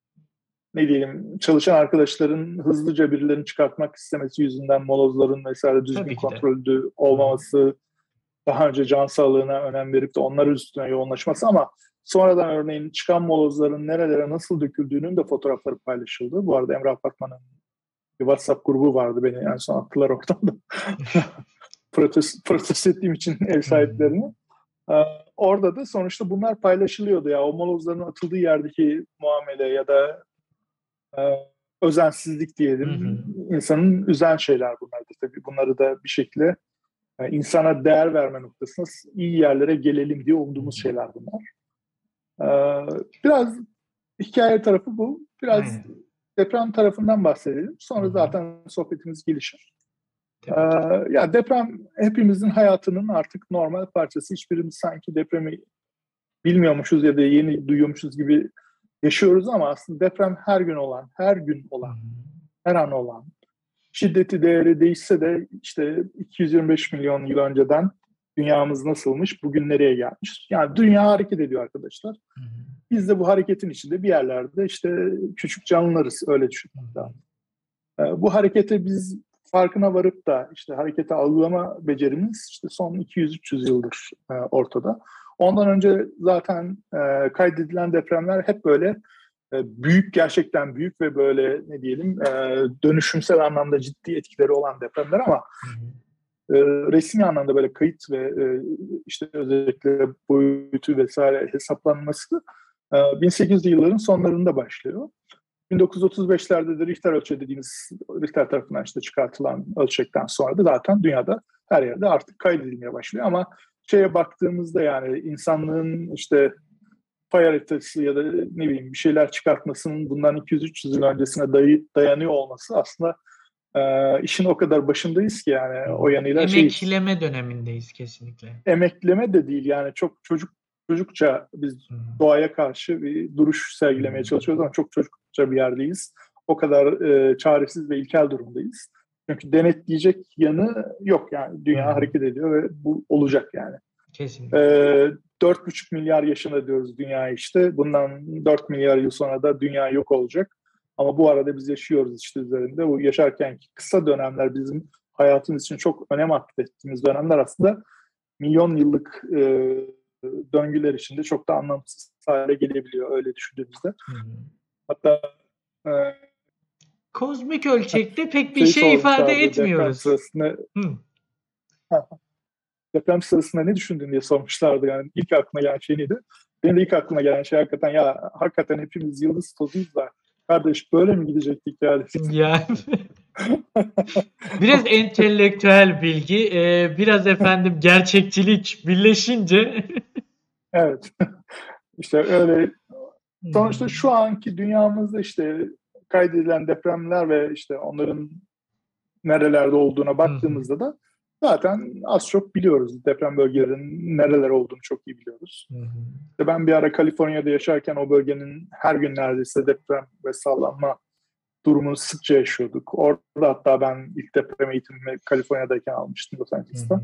ne diyelim, çalışan arkadaşların hızlıca birilerini çıkartmak istemesi yüzünden molozların vesaire düzgün Tabii ki de. kontrollü Hı hı. olmaması, daha önce can sağlığına önem verip de onlar üstüne yoğunlaşması, ama sonradan örneğin çıkan molozların nerelere nasıl döküldüğünün de fotoğrafları paylaşıldı. Bu arada Emre Apartman'ın bir WhatsApp grubu vardı, beni en son attılar oradan da. protesto, protesto ettiğim için ev Hı hı. sahiplerini. Ee, orada da sonuçta bunlar paylaşılıyordu ya. O molozların atıldığı yerdeki muamele ya da e, özensizlik Hı diyelim. hı. İnsanın üzen şeyler bunlar da tabii. Bunları da bir şekilde e, insana değer verme noktasında iyi yerlere gelelim diye Hı umduğumuz hı. şeyler bunlar. Ee, biraz hikaye tarafı bu. Biraz Aynen. deprem tarafından bahsedelim. Hı Sonra hı. zaten sohbetimiz gelişir. Ee, Tabii ki. ya deprem hepimizin hayatının artık normal parçası. Hiçbirimiz sanki depremi bilmiyormuşuz ya da yeni duyuyormuşuz gibi yaşıyoruz, ama aslında deprem her gün olan, her gün Hı olan, hı. her an olan, şiddeti değeri değişse de işte iki yüz yirmi beş milyon yıl önceden dünyamız nasılmış, bugün nereye gelmiş? Yani dünya hareket ediyor arkadaşlar. Hı hı. Biz de bu hareketin içinde bir yerlerde işte küçük canlılarız, öyle Hı düşünmek hı. lazım. Ee, bu harekete biz farkına varıp da işte hareketi algılama becerimiz işte son iki yüz üç yüz yıldır e, ortada. Ondan önce zaten e, kaydedilen depremler hep böyle e, büyük, gerçekten büyük ve böyle ne diyelim e, dönüşümsel anlamda ciddi etkileri olan depremler, ama Hı hı. e, resmi anlamda böyle kayıt ve e, işte özellikle boyutu vesaire hesaplanması e, bin sekiz yüzlü yılların sonlarında başlıyor. bin dokuz yüz otuz beşlerde de Richter ölçeği dediğimiz, Richter tarafından işte çıkartılan ölçekten sonra da zaten dünyada her yerde artık kaydedilmeye başlıyor. Ama şeye baktığımızda yani insanlığın işte pay haritası ya da ne bileyim bir şeyler çıkartmasının bundan iki yüz üç yüz yıl öncesine day- dayanıyor olması aslında e, işin o kadar başındayız ki yani Hı o hı. yanıyla şeyiz. Emekleme dönemindeyiz kesinlikle. Emekleme de değil yani, çok çocuk çocukça biz Hı hı. doğaya karşı bir duruş Hı sergilemeye hı. çalışıyoruz, ama çok çocukça bir yerdeyiz. O kadar e, çaresiz ve ilkel durumdayız. Çünkü denetleyecek yanı yok yani, Hı dünya hı. hareket ediyor ve bu olacak yani. E, Kesinlikle. dört buçuk milyar yaşında diyoruz dünya işte. Bundan dört milyar yıl sonra da dünya yok olacak. Ama bu arada biz yaşıyoruz işte üzerinde. Bu yaşarken kısa dönemler bizim hayatımız için çok önem atfettiğimiz dönemler aslında milyon yıllık e, döngüler içinde çok da anlamsız hale gelebiliyor öyle düşündüğümüzde. Hı hı. Hatta e, kozmik ölçekte pek bir Şey şey ifade sormuşlardı deprem etmiyoruz. sırasında Hı. deprem sırasında ne düşündün diye sormuşlardı. Yani ilk aklıma gelen şey neydi? Benim de ilk aklıma gelen şey hakikaten ya hakikaten hepimiz yıldız tozuyuz da kardeş böyle mi gidecektik yani? Yani biraz entelektüel bilgi, e, biraz efendim gerçekçilik birleşince Evet. İşte öyle. Sonuçta Hmm. şu anki dünyamızda işte kaydedilen depremler ve işte onların nerelerde olduğuna Hı hı. baktığımızda da zaten az çok biliyoruz. Deprem bölgelerinin nereler olduğunu çok iyi biliyoruz. Hı hı. İşte ben bir ara Kaliforniya'da yaşarken o bölgenin her gün neredeyse deprem ve sallanma durumunu sıkça yaşıyorduk. Orada hatta ben ilk deprem eğitimimi Kaliforniya'dayken almıştım Los Hı Angeles'ta. hı.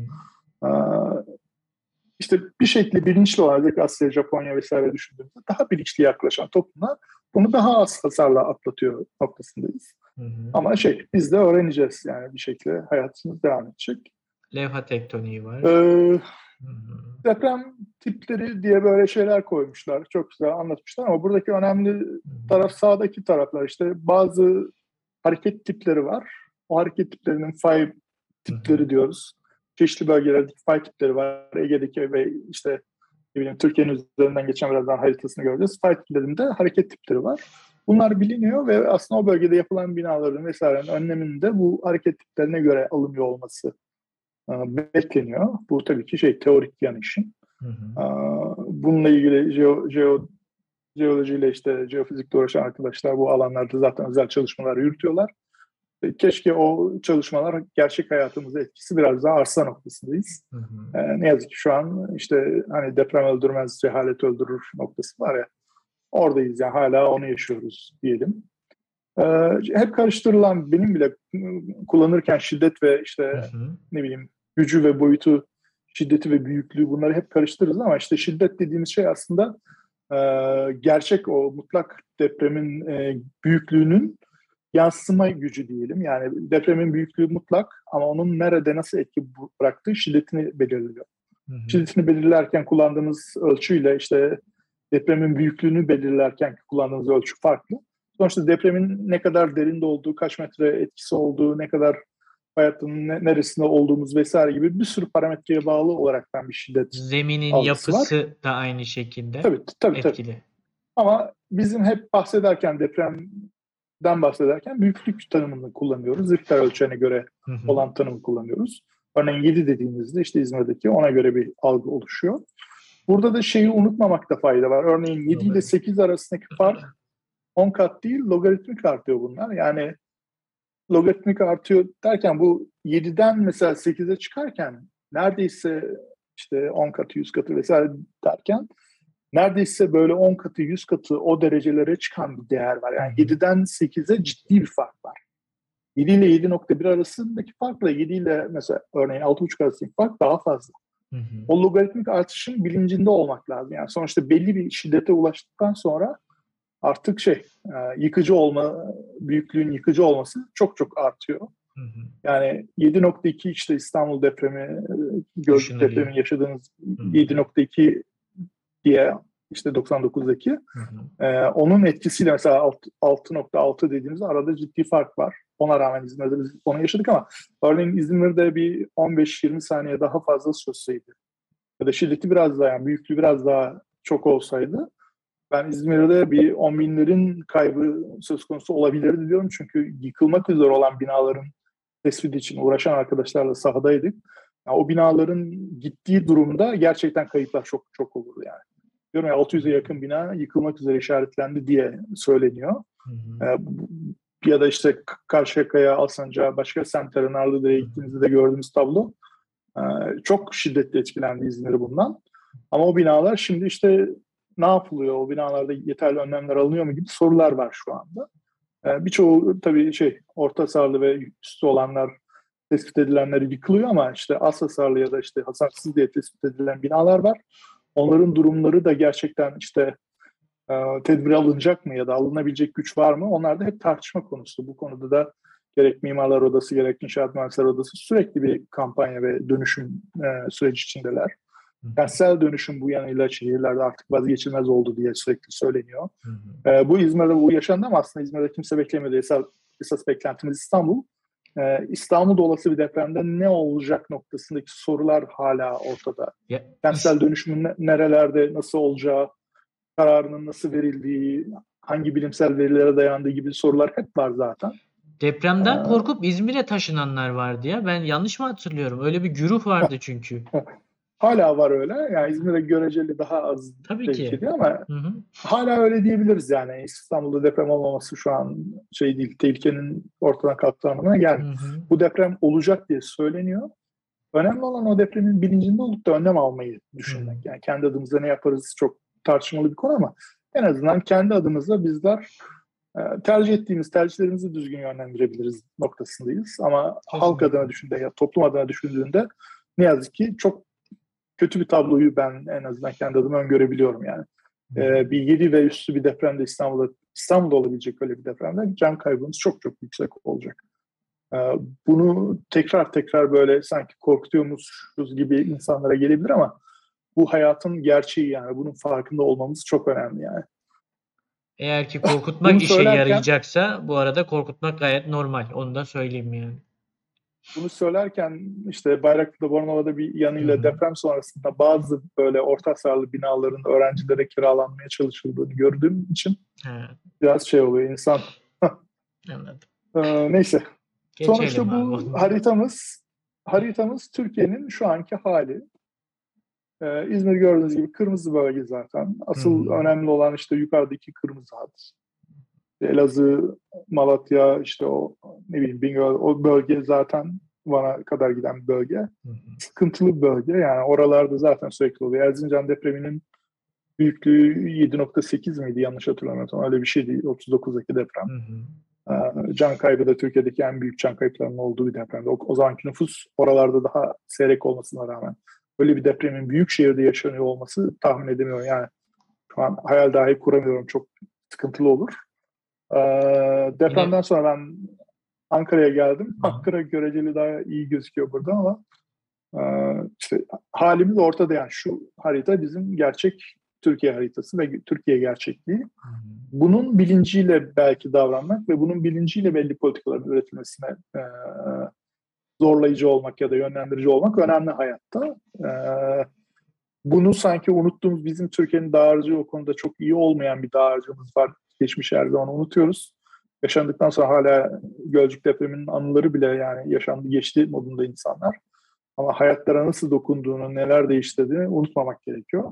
Ee, işte bir şekilde bilinçli olarak Asya, Japonya vesaire düşündüğümüzde daha bilinçli yaklaşan toplumlar bunu daha az hasarla atlatıyor noktasındayız. Hı hı. Ama şey biz de öğreneceğiz yani bir şekilde hayatımız devam edecek. Levha tektoniği var. Ee, Hı hı. deprem tipleri diye böyle şeyler koymuşlar. Çok güzel anlatmışlar ama buradaki önemli taraf sağdaki taraflar. İşte bazı hareket tipleri var. O hareket tiplerinin fay Hı hı. tipleri diyoruz. Çeşitli bölgelerdeki fay tipleri var. Ege'deki ve işte ne bileyim Türkiye'nin üzerinden geçen birazdan haritasını göreceğiz. Fay tiplerinde hareket tipleri var. Bunlar biliniyor ve aslında o bölgede yapılan binaların vesairenin önleminde bu hareket tiplerine göre alınıyor olması e, bekleniyor. Bu tabii ki şey teorik yanı işin. Hı hı. E, Bununla ilgili jeo, jeo, jeolojiyle işte jeofizikle uğraşan arkadaşlar bu alanlarda zaten özel çalışmalar yürütüyorlar. E, Keşke o çalışmalar gerçek hayatımıza etkisi biraz daha artsa noktasındayız. Hı hı. E, ne yazık ki şu an işte hani deprem öldürmez, cehalet öldürür noktası var ya oradayız yani hala onu yaşıyoruz diyelim. E, hep karıştırılan benim bile kullanırken şiddet ve Hı işte hı. ne bileyim gücü ve boyutu, şiddeti ve büyüklüğü bunları hep karıştırırız ama işte şiddet dediğimiz şey aslında e, gerçek o mutlak depremin e, büyüklüğünün yansıma gücü diyelim. Yani depremin büyüklüğü mutlak ama onun nerede nasıl etki bıraktığı şiddetini belirliyor. Hı hı. Şiddetini belirlerken kullandığımız ölçüyle işte depremin büyüklüğünü belirlerken kullandığımız ölçü farklı. Sonuçta depremin ne kadar derinde olduğu, kaç metre etkisi olduğu, ne kadar hayatının neresinde olduğumuz vesaire gibi bir sürü parametreye bağlı olarak ben bir şiddet Zeminin algısı var. yapısı da aynı şekilde Tabii tabii tabii. etkili. Ama bizim hep bahsederken depremden bahsederken büyüklük tanımını kullanıyoruz. Richter ölçeğine göre Hı hı. olan tanımı kullanıyoruz. Örneğin yedi dediğimizde işte İzmir'deki ona göre bir algı oluşuyor. Burada da şeyi unutmamakta fayda var. Örneğin yedi ile sekiz arasındaki fark on kat değil, logaritmik artıyor bunlar. Yani logaritmik artıyor derken bu yediden mesela sekize çıkarken neredeyse işte on katı, yüz katı vesaire derken neredeyse böyle on katı, yüz katı o derecelere çıkan bir değer var. Yani yediden sekize ciddi bir fark var. yedi ile yedi nokta bir arasındaki farkla yedi ile mesela örneğin altı buçuk arasındaki fark daha fazla. Hı hı. O logaritmik artışın bilincinde olmak lazım. Yani sonuçta belli bir şiddete ulaştıktan sonra artık şey yıkıcı olma, büyüklüğün yıkıcı olması çok çok artıyor. Hı hı. Yani yedi nokta iki işte İstanbul depremi, gördük depremin yaşadığınız yedi nokta iki diye işte doksan dokuzdaki hı hı. ee, onun etkisiyle mesela altı nokta altı dediğimizde arada ciddi fark var. Ona rağmen İzmir'de biz onu yaşadık ama örneğin İzmir'de bir on beş yirmi saniye daha fazla sözseydi ya da şiddeti biraz daha yani büyüklüğü biraz daha çok olsaydı ben İzmir'de bir on binlerin kaybı söz konusu olabilirdi diyorum. Çünkü yıkılmak üzere olan binaların tespiti için uğraşan arkadaşlarla sahadaydık. Yani o binaların gittiği durumda gerçekten kayıplar çok çok olurdu yani. Diyorum ya altı yüze yakın bina yıkılmak üzere işaretlendi diye söyleniyor. Hı hı. Ee, ya da işte Karşıyaka'ya, Alsancak'a, başka semtlere, Narlıdere'ye gittiğimizde de gördüğümüz tablo. Ee, çok şiddetli etkilendi İzmir bundan. Ama o binalar şimdi işte ne yapılıyor? O binalarda yeterli önlemler alınıyor mu gibi sorular var şu anda. Ee, birçoğu tabii şey orta hasarlı ve üstü olanlar tespit edilenler yıkılıyor ama işte az hasarlı ya da işte hasarsız diye tespit edilen binalar var. Onların durumları da gerçekten işte e, tedbir alınacak mı ya da alınabilecek güç var mı? Onlar da hep tartışma konusu. Bu konuda da gerek Mimarlar Odası gerek İnşaat Mühendisleri Odası sürekli bir kampanya ve dönüşüm e, süreci içindeler. Kentsel dönüşüm bu yanıyla şehirlerde artık vazgeçilmez oldu diye sürekli söyleniyor. Hı hı. E, bu İzmir'de bu yaşandı ama aslında İzmir'de kimse beklemiyordu. Mesela esas beklentimiz İstanbul. Ee, İstanbul'da olası bir depremde ne olacak noktasındaki sorular hala ortada. Ya, Kentsel dönüşümün ne- nerelerde nasıl olacağı, kararının nasıl verildiği, hangi bilimsel verilere dayandığı gibi sorular hep var zaten. depremden Ee, korkup İzmir'e taşınanlar vardı ya. Ben yanlış mı hatırlıyorum? Öyle bir güruh vardı çünkü. Hala var öyle. Yani İzmir'e göreceli daha az Tabii ki. tehlikeli ama Hı hı. hala öyle diyebiliriz yani. İstanbul'da deprem olmaması şu an şey değil, tehlikenin ortadan kalktığı anlamına Hı gelmiyor. hı. Bu deprem olacak diye söyleniyor. Önemli olan o depremin bilincinde olup da önlem almayı düşünmek. Hı. Yani kendi adımıza ne yaparız çok tartışmalı bir konu ama en azından kendi adımıza bizler e, tercih ettiğimiz tercihlerimizi düzgün yönlendirebiliriz noktasındayız. Ama halk Kesinlikle. adına düşündüğünde ya toplum adına düşündüğünde ne yazık ki çok kötü bir tabloyu ben en azından kendi adıma öngörebiliyorum yani. Hı. E, bir yedi ve üstü bir depremde İstanbul'da İstanbul'da olabilecek öyle bir depremde can kaybımız çok çok yüksek olacak. Bunu tekrar tekrar böyle sanki korkutuyormuşuz gibi insanlara gelebilir ama bu hayatın gerçeği yani bunun farkında olmamız çok önemli yani. Eğer ki korkutmak Bunu işe söylerken yarayacaksa bu arada korkutmak gayet normal. Onu da söyleyeyim yani. bunu söylerken işte Bayraklı'da Bornova'da bir Hı yanıyla hı. deprem sonrasında bazı böyle orta hasarlı binaların öğrencilere kiralanmaya çalışıldığını gördüğüm için Ha, biraz şey oluyor insan. anladım. Ee, neyse. Geçelim Sonuçta abi bu onu. haritamız haritamız Türkiye'nin şu anki hali. Ee, İzmir gördüğünüz gibi kırmızı bölge zaten. Hı Asıl hı. önemli olan işte yukarıdaki kırmızı hat. Elazığ, Malatya, işte o ne bileyim Bingöl, o bölge zaten Van'a kadar giden bir bölge. Hı hı. Sıkıntılı bir bölge. Yani oralarda zaten sürekli oluyor. Erzincan depreminin büyüklüğü yedi nokta sekiz miydi yanlış hatırlamıyorsam. Öyle bir şey değil. otuz dokuzdaki deprem. Hı hı. Ee, Can kaybı da Türkiye'deki en büyük can kayıplarının olduğu bir depremde. O, o zamanki nüfus oralarda daha seyrek olmasına rağmen böyle bir depremin büyük şehirde yaşanıyor olması tahmin edemiyorum. Yani şu an hayal dahi kuramıyorum. Çok sıkıntılı olur. Ee, Yine depremden sonra ben Ankara'ya geldim. hı hı. Ankara göreceli daha iyi gözüküyor burada ama e, işte halimiz ortada yani. Şu harita bizim gerçek Türkiye haritası ve Türkiye gerçekliği. Hı hı. Bunun bilinciyle belki davranmak ve bunun bilinciyle belli politikaların üretilmesine e, zorlayıcı olmak ya da yönlendirici olmak önemli hayatta. E, bunu sanki unuttuğumuz bizim Türkiye'nin dağarcığı o konuda çok iyi olmayan bir dağarcığımız var. Geçmiş her zaman unutuyoruz. Yaşandıktan sonra hala Gölcük depreminin anıları bile yani yaşandı geçti modunda insanlar. Ama hayatlara nasıl dokunduğunu, neler değiştirdiğini unutmamak gerekiyor.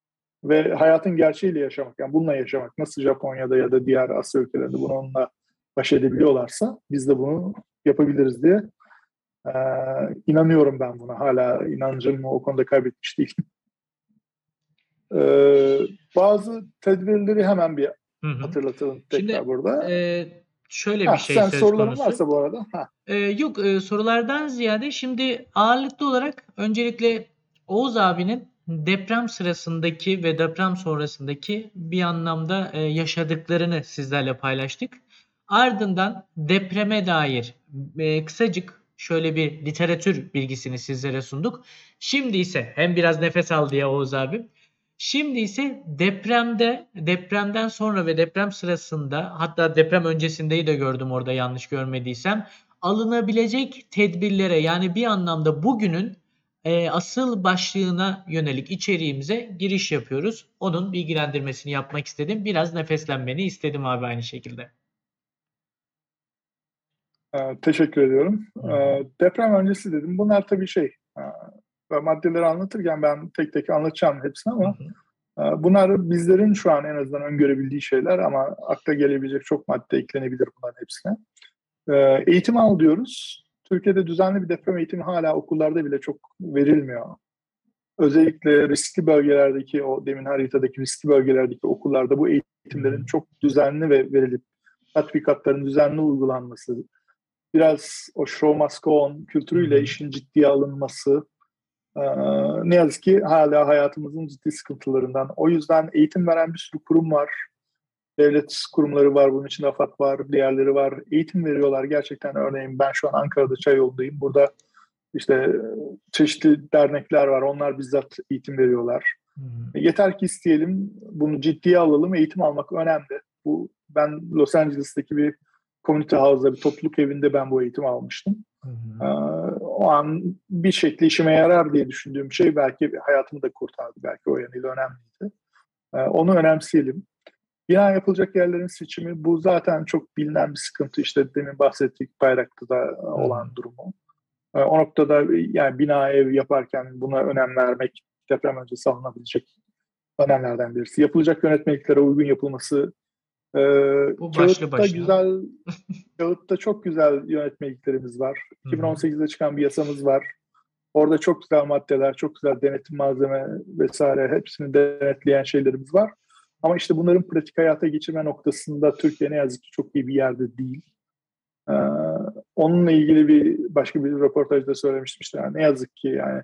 Ve hayatın gerçeğiyle yaşamak, yani bununla yaşamak. Nasıl Japonya'da ya da diğer Asya ülkelerinde bununla baş edebiliyorlarsa biz de bunu yapabiliriz diye ee, inanıyorum ben buna. Hala inancımı o konuda kaybetmiş değilim. Ee, bazı tedbirleri hemen bir Hı hı. hatırlatalım tekrar Şimdi burada. e, şöyle bir Heh, şey sen söz soruların konusu. varsa bu arada. Heh. E, yok e, sorulardan ziyade şimdi ağırlıklı olarak öncelikle Oğuz abinin deprem sırasındaki ve deprem sonrasındaki bir anlamda e, yaşadıklarını sizlerle paylaştık. Ardından depreme dair e, kısacık şöyle bir literatür bilgisini sizlere sunduk. Şimdi ise hem biraz nefes al diye Oğuz abi. Şimdi ise depremde, depremden sonra ve deprem sırasında hatta deprem öncesindeyi de gördüm orada yanlış görmediysem alınabilecek tedbirlere yani bir anlamda bugünün e, asıl başlığına yönelik içeriğimize giriş yapıyoruz. Onun bilgilendirmesini yapmak istedim. Biraz nefeslenmeni istedim abi aynı şekilde. Ee, teşekkür ediyorum. Hı hı. Ee, deprem öncesi dedim. Bunlar tabii şey, e, maddeleri anlatırken ben tek tek anlatacağım hepsini Hı ama hı. e, bunlar bizlerin şu an en azından öngörebildiği şeyler ama akla gelebilecek çok madde eklenebilir bunların hepsine. Ee, eğitim al diyoruz. Türkiye'de düzenli bir deprem eğitimi hala okullarda bile çok verilmiyor. Özellikle riskli bölgelerdeki, o demin haritadaki riskli bölgelerdeki okullarda bu Hı hı. eğitimlerin çok düzenli ve verilip tatbikatların düzenli uygulanması, biraz o show must go on Hı kültürüyle hı. işin ciddiye alınması e, ne yazık ki hala hayatımızın ciddi sıkıntılarından. O yüzden eğitim veren bir sürü kurum var. Devlet kurumları var, bunun içinde AFAD var, diğerleri var. Eğitim veriyorlar gerçekten. Örneğin ben şu an Ankara'da Çayyolu'dayım. Burada işte çeşitli dernekler var. Onlar bizzat eğitim veriyorlar. Hı hı. Yeter ki isteyelim, bunu ciddiye alalım. Eğitim almak önemli. Bu ben Los Angeles'taki bir community house'da, bir topluluk evinde ben bu eğitimi almıştım. Hı Ee, hı. o an bir şekilde işime yarar diye düşündüğüm şey belki hayatımı da kurtardı. Belki o yanıyla önemliydi. Ee, onu önemseyelim. Bina yapılacak yerlerin seçimi, bu zaten çok bilinen bir sıkıntı. İşte demin bahsettik Bayraklı'da Hı hı. olan durumu. Ee, o noktada yani bina ev yaparken buna önem vermek deprem öncesi alınabilecek önemlerden birisi. Yapılacak yönetmeliklere uygun yapılması, e, Bu başlı kağıtta başına. güzel, kağıtta çok güzel yönetmeliklerimiz var. Hı hı. iki bin on sekizde çıkan bir yasamız var. Orada çok güzel maddeler, çok güzel denetim malzeme vesaire hepsini denetleyen şeylerimiz var. Ama işte bunların pratik hayata geçirme noktasında Türkiye ne yazık ki çok iyi bir yerde değil. Ee, onunla ilgili bir başka bir röportajda söylemiştim işte. Yani ne yazık ki yani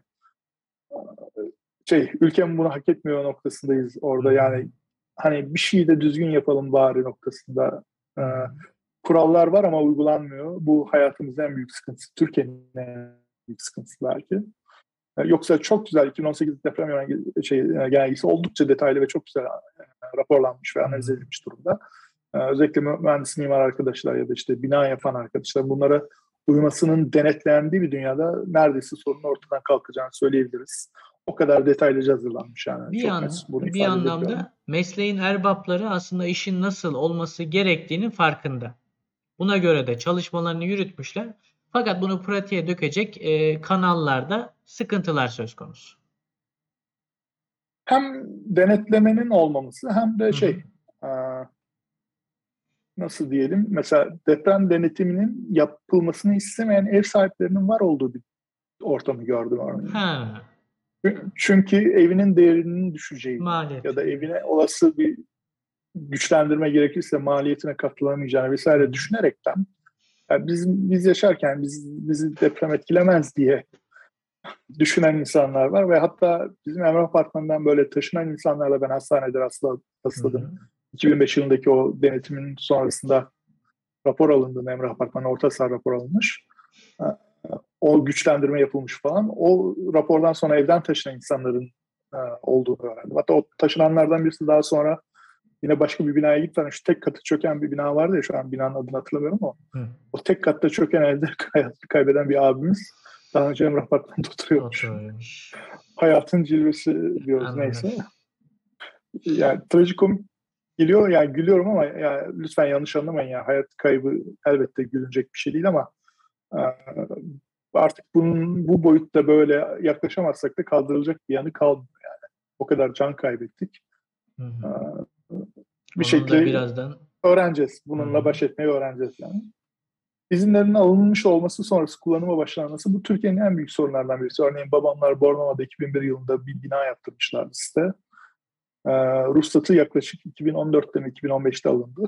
şey ülkem bunu hak etmiyor noktasındayız orada. Hı hı. Yani hani bir şeyi de düzgün yapalım bari noktasında. Ee, Hı hı. kurallar var ama uygulanmıyor. Bu hayatımızın en büyük sıkıntısı. Türkiye'nin en büyük sıkıntısı belki. Yoksa çok güzel iki bin on sekiz deprem yönerge, şey, genelgesi oldukça detaylı ve çok güzel e, raporlanmış ve analiz edilmiş durumda. Ee, özellikle mühendis mimar arkadaşlar ya da işte bina yapan arkadaşlar bunlara uymasının denetlendiği bir dünyada neredeyse sorunun ortadan kalkacağını söyleyebiliriz. O kadar detaylıca hazırlanmış yani. Bir Çok net yan, bunu bir ifade edebiliyorum. anlamda mesleğin erbapları aslında işin nasıl olması gerektiğinin farkında. Buna göre de çalışmalarını yürütmüşler. Fakat bunu pratiğe dökecek e, kanallarda sıkıntılar söz konusu. Hem denetlemenin olmaması hem de Hı hı. şey e, nasıl diyelim mesela deprem denetiminin yapılmasını istemeyen ev sahiplerinin var olduğu bir ortamı gördüm örneğin. Ha, Çünkü evinin değerinin düşeceğini ya maliyet. da evine olası bir güçlendirme gerekirse maliyetine katılamayacağını Hı vesaire hı. düşünerekten yani biz biz yaşarken biz bizi deprem etkilemez diye düşünen insanlar var ve hatta bizim Emrah Apartmanı'ndan böyle taşınan insanlarla ben hastanede rastladım. Hı hı. iki bin beş yılındaki o denetimin sonrasında rapor alındı. Emrah Apartmanı orta hasar rapor alınmış. O güçlendirme yapılmış falan. O rapordan sonra evden taşınan insanların e, olduğunu öğrendim. Hatta o taşınanlardan birisi daha sonra yine başka bir binaya gitti. Hani şu tek katı çöken bir bina vardı ya, şu an binanın adını hatırlamıyorum ama Hı. o tek katta çöken evde hayatını kaybeden bir abimiz daha önce Emrah Apartmanı'nda oturuyormuş. Oturmuş. Hayatın cilvesi diyoruz Anladım. neyse. Yani trajikomik geliyor yani gülüyorum ama yani lütfen yanlış anlamayın ya. Hayat kaybı elbette gülünecek bir şey değil ama e, artık bunun bu boyutta böyle yaklaşamazsak da kaldırılacak bir yanı kalmıyor yani. O kadar can kaybettik. Hı E, hı. bir Onun da şekilde birazdan. öğreneceğiz. Hı Bununla hı. baş etmeyi öğreneceğiz yani. İzinlerin alınmış olması sonrası kullanıma başlanması bu Türkiye'nin en büyük sorunlardan birisi. Örneğin babamlar Bornova'da iki bin bir yılında bir bina yaptırmışlardı site. Ee, ruhsatı yaklaşık iki bin on dörtte mi iki bin on beşte alındı.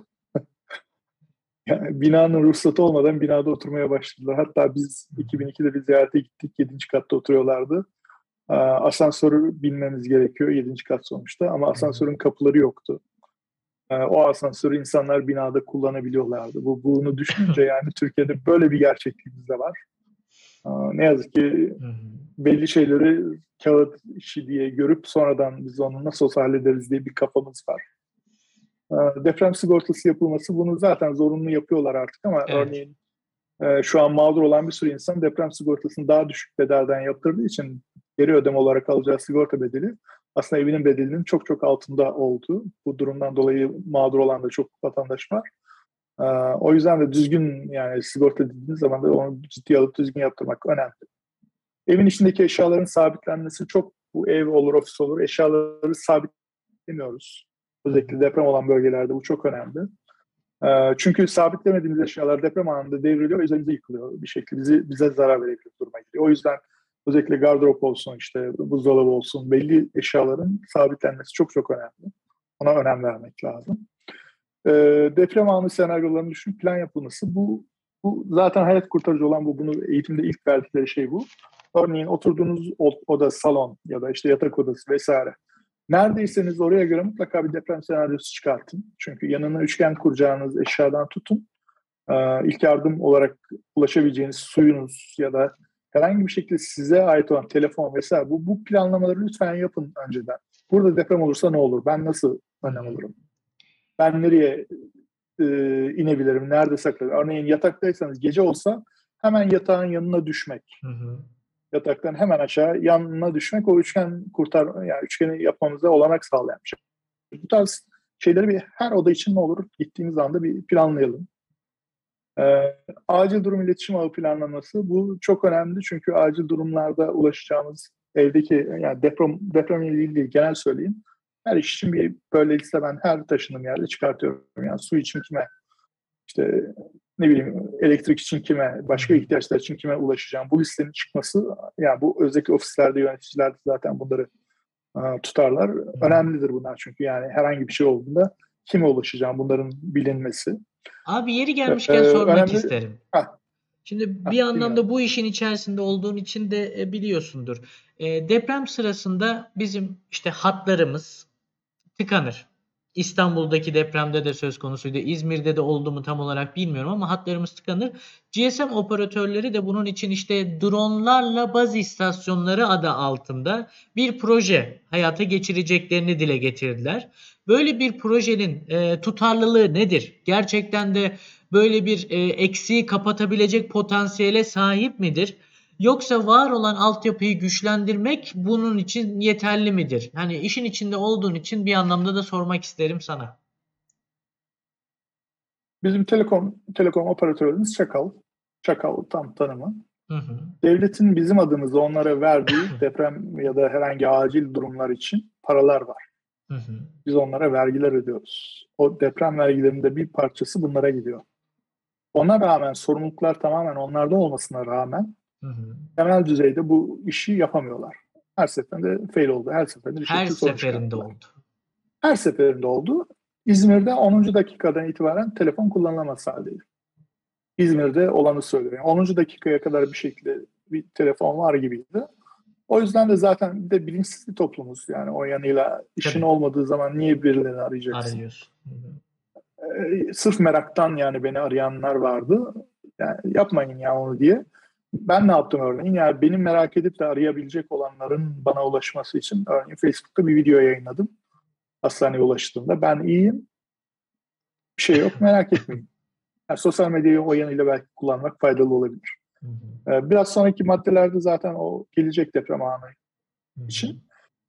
Yani binanın ruhsatı olmadan binada oturmaya başladılar. Hatta biz Hı iki bin hı. ikide bir ziyarete gittik. Yedinci katta oturuyorlardı. Ee, asansörü binmemiz gerekiyor yedinci kat sonuçta ama Hı hı. asansörün kapıları yoktu. Ee, o asansörü insanlar binada kullanabiliyorlardı. Bu bunu düşününce yani Türkiye'de böyle bir gerçekliğimiz de var. Ee, ne yazık ki Hı hı. belli şeyleri kağıt işi diye görüp sonradan biz onu nasıl olsa hallederiz diye bir kafamız var. Ee, deprem sigortası yapılması bunu zaten zorunlu yapıyorlar artık ama Evet. örneğin e, şu an mağdur olan bir sürü insan deprem sigortasını daha düşük bedelden yaptırdığı için geri ödeme olarak alacağı sigorta bedeli aslında evinin bedelinin çok çok altında olduğu. Bu durumdan dolayı mağdur olan da çok vatandaş var. Ee, o yüzden de düzgün yani sigorta dediğiniz zaman da onu ciddiye alıp düzgün yaptırmak önemli. Evin içindeki eşyaların sabitlenmesi çok, bu ev olur, ofis olur, eşyaları sabitlemiyoruz. Hı hı. Özellikle deprem olan bölgelerde bu çok önemli. Ee, çünkü sabitlemediğimiz eşyalar deprem anında devriliyor, üzerimize yıkılıyor bir şekilde. Bizi, bize zarar verebilir duruma geliyor. O yüzden özellikle gardırop olsun, işte buzdolabı olsun, belli eşyaların sabitlenmesi çok çok önemli. Ona önem vermek lazım. Ee, deprem anı senaryolarını düşünüp plan yapılması, bu, bu zaten hayat kurtarıcı olan bu. Bunu eğitimde ilk verdikleri şey bu. Örneğin oturduğunuz oda, salon ya da işte yatak odası vesaire. Neredeyseniz oraya göre mutlaka bir deprem senaryosu çıkartın. Çünkü yanına üçgen kuracağınız eşyadan tutun. Ee, ilk yardım olarak ulaşabileceğiniz suyunuz ya da herhangi bir şekilde size ait olan telefon vesaire. Bu, bu planlamaları lütfen yapın önceden. Burada deprem olursa ne olur? Ben nasıl Hı önlem hı. alırım? Ben nereye e, inebilirim, nerede saklanabilirim. Örneğin yataktaysanız gece olsa hemen yatağın yanına düşmek. Hı hı. Yataktan hemen aşağı yanına düşmek o üçgen kurtar yani üçgeni yapmamıza olanak sağlayan bir şey. Bu tarz şeyleri bir her oda için ne olur gittiğimiz anda bir planlayalım. Ee, acil durum iletişim ağı planlaması bu çok önemli çünkü acil durumlarda ulaşacağımız evdeki yani deprem depremle ilgili genel söyleyeyim. Her iş için bir böyle liste ben her taşındığım yerde çıkartıyorum. Yani su için kime, işte ne bileyim elektrik için kime, başka ihtiyaçlar için kime ulaşacağım. Bu listenin çıkması yani bu özellikle ofislerde yöneticilerde zaten bunları e, tutarlar. Önemlidir bunlar çünkü yani herhangi bir şey olduğunda kime ulaşacağım bunların bilinmesi. Abi yeri Ee, gelmişken sormak önemli. isterim. Heh, Şimdi heh, bir anlamda dinliyorum. bu işin içerisinde olduğun için de e, biliyorsundur. E, deprem sırasında bizim işte hatlarımız tıkanır. İstanbul'daki depremde de söz konusuydu. İzmir'de de oldu mu tam olarak bilmiyorum ama hatlarımız tıkanır. G S M operatörleri de bunun için işte dronlarla baz istasyonları adı altında bir proje hayata geçireceklerini dile getirdiler. Böyle bir projenin e, tutarlılığı nedir? Gerçekten de böyle bir e, eksiği kapatabilecek potansiyele sahip midir? Yoksa var olan altyapıyı güçlendirmek bunun için yeterli midir? Hani işin içinde olduğun için bir anlamda da sormak isterim sana. Bizim telekom telekom operatörümüz Çakal. Çakal tam tanımı. Hı hı. Devletin bizim adımızda onlara verdiği deprem ya da herhangi acil durumlar için paralar var. Hı hı. Biz onlara vergiler ödüyoruz. O deprem vergilerinde bir parçası bunlara gidiyor. Ona rağmen sorumluluklar tamamen onlarda olmasına rağmen Hı hı. temel düzeyde bu işi yapamıyorlar. Her seferinde fail oldu. Her seferinde bir Her şekilde sorun seferinde çıkarttılar. oldu. Her seferinde oldu. İzmir'de onuncu dakikadan itibaren telefon kullanılamaz haldeydi. İzmir'de olanı söylüyor. Yani onuncu dakikaya kadar bir şekilde bir telefon var gibiydi. O yüzden de zaten bir de bilinçsiz bir toplumuz. Yani o yanıyla işin Tabii. olmadığı zaman niye birilerini arayacaksın? Arıyorsun. Hı hı. Ee, sırf meraktan yani beni arayanlar vardı. Yani yapmayın ya onu diye. Ben ne yaptım örneğin? Yani benim merak edip de arayabilecek olanların bana ulaşması için örneğin Facebook'ta bir video yayınladım. Hastaneye ulaştığımda ben iyiyim, bir şey yok merak etmeyin. Yani sosyal medyayı o yanıyla belki kullanmak faydalı olabilir. Hı hı. Ee, biraz sonraki maddelerde zaten o gelecek deprem anı Hı hı. için.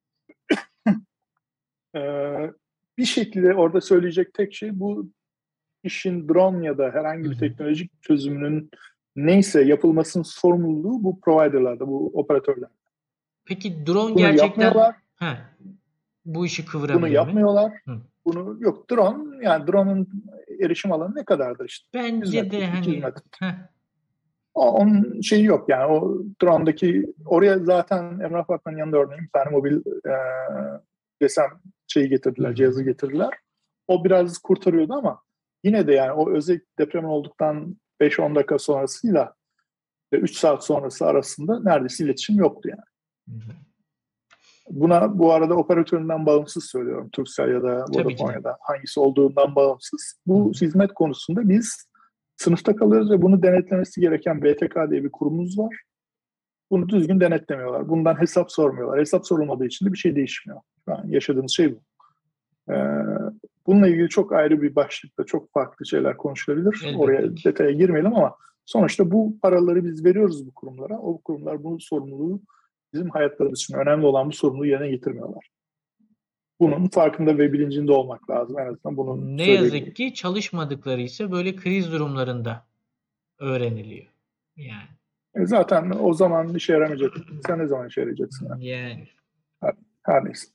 Ee, bir şekilde orada söyleyecek tek şey bu işin drone ya da Hı herhangi bir hı. teknolojik çözümünün neyse yapılmasının sorumluluğu bu providerlarda, bu operatörler. Peki drone Bunu gerçekten yapmıyorlar, heh, bu işi bunu kıvırabilir mi? yapmıyorlar. Hı. Bunu yok drone yani drone'un erişim alanı ne kadardır işte? yüz Bence de metredir, iki yüz hani metredir. heh, O, onun şeyi yok yani o drone'daki oraya zaten Emrah Bakman'ın yanında örneğin bir tane mobil e, desem şeyi hı getirdiler, hı. cihazı getirdiler. O biraz kurtarıyordu ama yine de yani o özel depremin olduktan beş on dakika sonrasıyla ve üç saat sonrası arasında neredeyse iletişim yoktu yani. Hı hı. Buna bu arada operatöründen bağımsız söylüyorum. Turkcell ya da Tabii ki Vodafone de. ya da hangisi olduğundan bağımsız. Hı Bu hı. hizmet konusunda biz sınıfta kalıyoruz ve bunu denetlemesi gereken B T K diye bir kurumumuz var. Bunu düzgün denetlemiyorlar. Bundan hesap sormuyorlar. Hesap sorulmadığı için de bir şey değişmiyor. Şu an yaşadığımız şey bu. Ee, bununla ilgili çok ayrı bir başlıkta çok farklı şeyler konuşulabilir. Oraya Elbette ki. detaya girmeyelim ama sonuçta bu paraları biz veriyoruz bu kurumlara. O kurumlar bu sorumluluğu bizim hayatlarımız için önemli olan bu sorumluluğu yerine getirmiyorlar. Bunun farkında ve bilincinde olmak lazım. En azından bunu Ne yazık söyleyebilirim. ki çalışmadıkları ise böyle kriz durumlarında öğreniliyor. Yani. E zaten o zaman işe yaramayacak. Sen ne zaman işe yarayacaksın? Yani? Yani. Her, her neyse.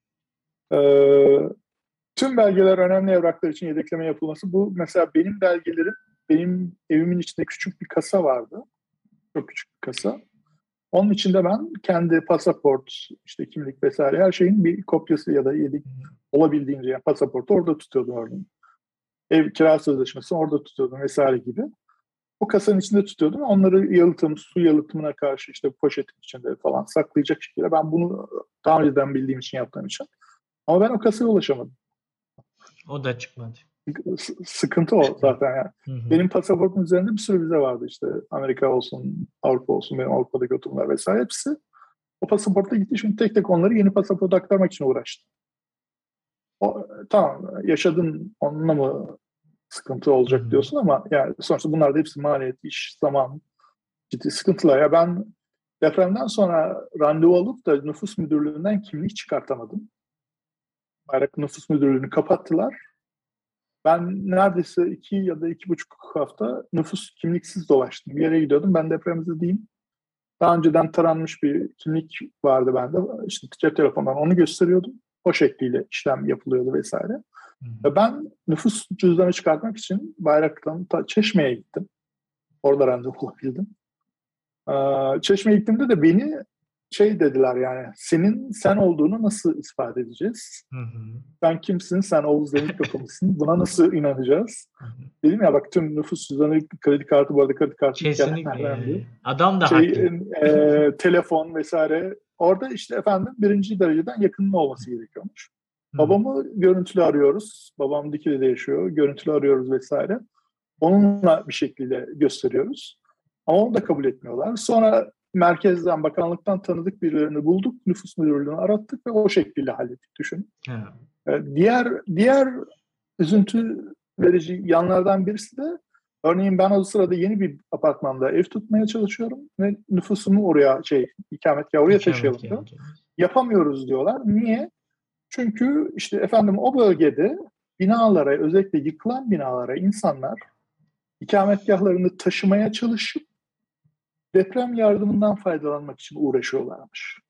Ee, tüm belgeler önemli evraklar için yedekleme yapılması. Bu mesela benim belgelerim, benim evimin içinde küçük bir kasa vardı. Çok küçük bir kasa. Onun içinde ben kendi pasaport, işte kimlik vesaire her şeyin bir kopyası ya da yedek olabildiğince yani pasaportu orada tutuyordum örneğin. Ev kira sözleşmesi orada tutuyordum vesaire gibi. O kasanın içinde tutuyordum. Onları yalıtım, su yalıtımına karşı işte poşetin içinde falan saklayacak şekilde. Ben bunu daha önceden bildiğim için yaptığım için. Ama ben o kasaya ulaşamadım. O da çıkmadı. S- sıkıntı o zaten yani. Hı hı. Benim pasaportum üzerinde bir sürü vize vardı işte. Amerika olsun, Avrupa olsun, benim Avrupa'daki oturumlar vesaire hepsi. O pasaporta gitti. Şimdi tek tek onları yeni pasaporta aktarmak için uğraştım. O, tamam yaşadın onunla mı sıkıntı olacak Hı-hı. diyorsun ama yani sonuçta bunlar da hepsi maliyet, iş, zaman, ciddi sıkıntılar. Ya ben depremden sonra randevu alıp da nüfus müdürlüğünden kimlik çıkartamadım. Bayrak Nüfus Müdürlüğü'nü kapattılar. Ben neredeyse iki ya da iki buçuk hafta nüfus kimliksiz dolaştım. Bir yere gidiyordum. Ben depremzede diyeyim. Daha önceden taranmış bir kimlik vardı bende. İşte cep telefonundan onu gösteriyordum. O şekliyle işlem yapılıyordu vesaire. Hı-hı. Ve ben nüfus cüzdanı çıkartmak için Bayraktan ta Çeşme'ye gittim. Orada randevu bulabildim. Ee, Çeşme'ye gittiğimde de beni şey dediler yani senin sen olduğunu nasıl ispat edeceğiz? Hı-hı. Sen kimsin? Sen Oğuz Demirkapı mısın? Buna nasıl inanacağız? Hı-hı. Dedim ya bak tüm nüfus cüzdanı, kredi kartı, bu arada kredi kartı ilk Kesinlikle gelenlerdendi. yani. Adam da Şey, haklı. e, telefon vesaire. Orada işte efendim birinci dereceden yakının olması gerekiyormuş. Hı-hı. Babamı görüntülü arıyoruz. Babam Dikili'de yaşıyor. Görüntülü arıyoruz vesaire. Onunla bir şekilde gösteriyoruz. Ama onu da kabul etmiyorlar. Sonra merkezden, bakanlıktan tanıdık birilerini bulduk. Nüfus müdürlüğünü arattık ve o şekilde hallettik düşün. Hı-hı. Diğer diğer üzüntü verici yanlardan birisi de örneğin ben o sırada yeni bir apartmanda ev tutmaya çalışıyorum ve nüfusumu oraya şey ikametgahı oraya taşıyalım diyor. Yapamıyoruz diyorlar. Niye? Çünkü işte efendim o bölgede binalara, özellikle yıkılan binalara insanlar ikametgahlarını taşımaya çalışıp deprem yardımından faydalanmak için uğraşıyorlarmış.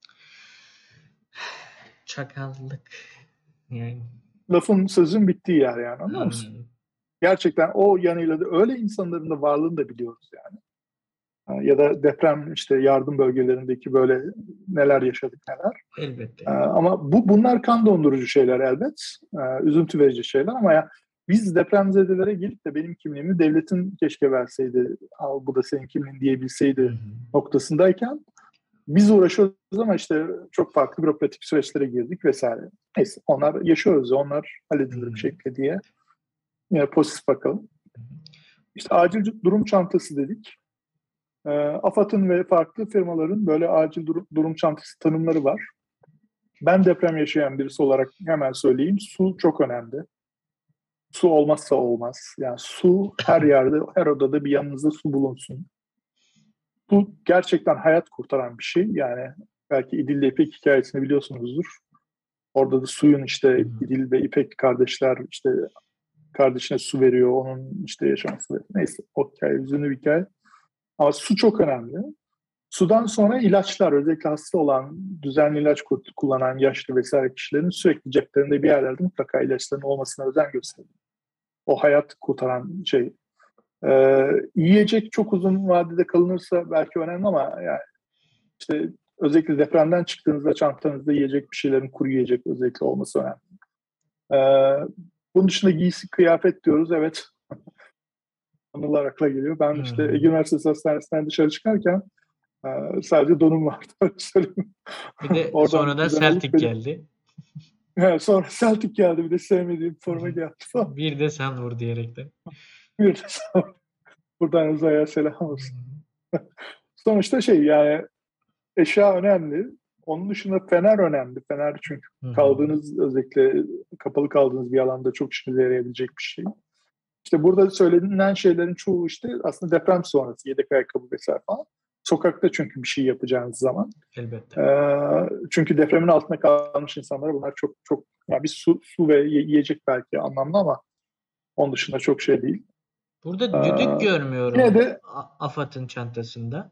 Çakallık. Yani. Lafın sözün bittiği yer yani, anlıyor musun? Hmm. Gerçekten o yanıyla da öyle insanların da varlığını da biliyoruz yani. Ya da deprem işte yardım bölgelerindeki böyle neler yaşadık neler. Elbette. Ama bu bunlar kan dondurucu şeyler elbet. Üzüntü verici şeyler ama ya biz depremzedelere gelip de benim kimliğimi devletin keşke verseydi, al bu da senin kimliğin diyebilseydi Hı-hı. noktasındayken biz uğraşıyoruz ama işte çok farklı bürokratik süreçlere girdik vesaire. Neyse onlar yaşıyoruz, onlar halledilir bir şekilde diye. Yine pozitif bakalım. İşte acil durum çantası dedik. E, AFAD'ın ve farklı firmaların böyle acil durum, durum çantası tanımları var. Ben deprem yaşayan birisi olarak hemen söyleyeyim. Su çok önemli. Su olmazsa olmaz. Yani su her yerde, her odada bir yanınızda su bulunsun. Su gerçekten hayat kurtaran bir şey. Yani belki İdil ile İpek hikayesini biliyorsunuzdur. Orada da suyun işte İdil ve İpek kardeşler işte kardeşine su veriyor. Onun işte yaşaması veriyor. Neyse o hikaye üzünlü bir hikaye. Ama su çok önemli. Sudan sonra ilaçlar, özellikle hasta olan, düzenli ilaç kullanan yaşlı vesaire kişilerin sürekli ceplerinde bir yerlerde mutlaka ilaçların olmasına özen gösterin. O hayat kurtaran şey. Ee, yiyecek çok uzun vadede kalınırsa belki önemli ama yani işte özellikle depremden çıktığınızda çantanızda yiyecek bir şeylerin kuru yiyecek özellikle olması önemli. Ee, bunun dışında giysi, kıyafet diyoruz. Evet. Anılar akla geliyor. Ben Hmm. işte Ege Üniversitesi Hastanesi'nden dışarı çıkarken e, sadece donum vardı. Bir de oradan sonra da Celtic beni... geldi. He, sonra Celtic geldi. Bir de sevmediğim forma geldi falan. Bir de sen vur diyerekten. Bir de sonra buradan Uzay'a selam olsun. Sonuçta şey yani eşya önemli. Onun dışında fener önemli. Fener çünkü kaldığınız özellikle kapalı kaldığınız bir alanda çok işinize yarayabilecek bir şey. İşte burada söylenen şeylerin çoğu işte aslında deprem sonrası yedek ayakkabı vesaire falan. Sokakta çünkü bir şey yapacağınız zaman. Elbette. Ee, çünkü depremin altında kalmış insanlara bunlar çok çok yani bir su, su ve yiyecek belki anlamlı ama onun dışında çok şey değil. Burada düdük Ee, görmüyorum yine de AFAD'ın çantasında.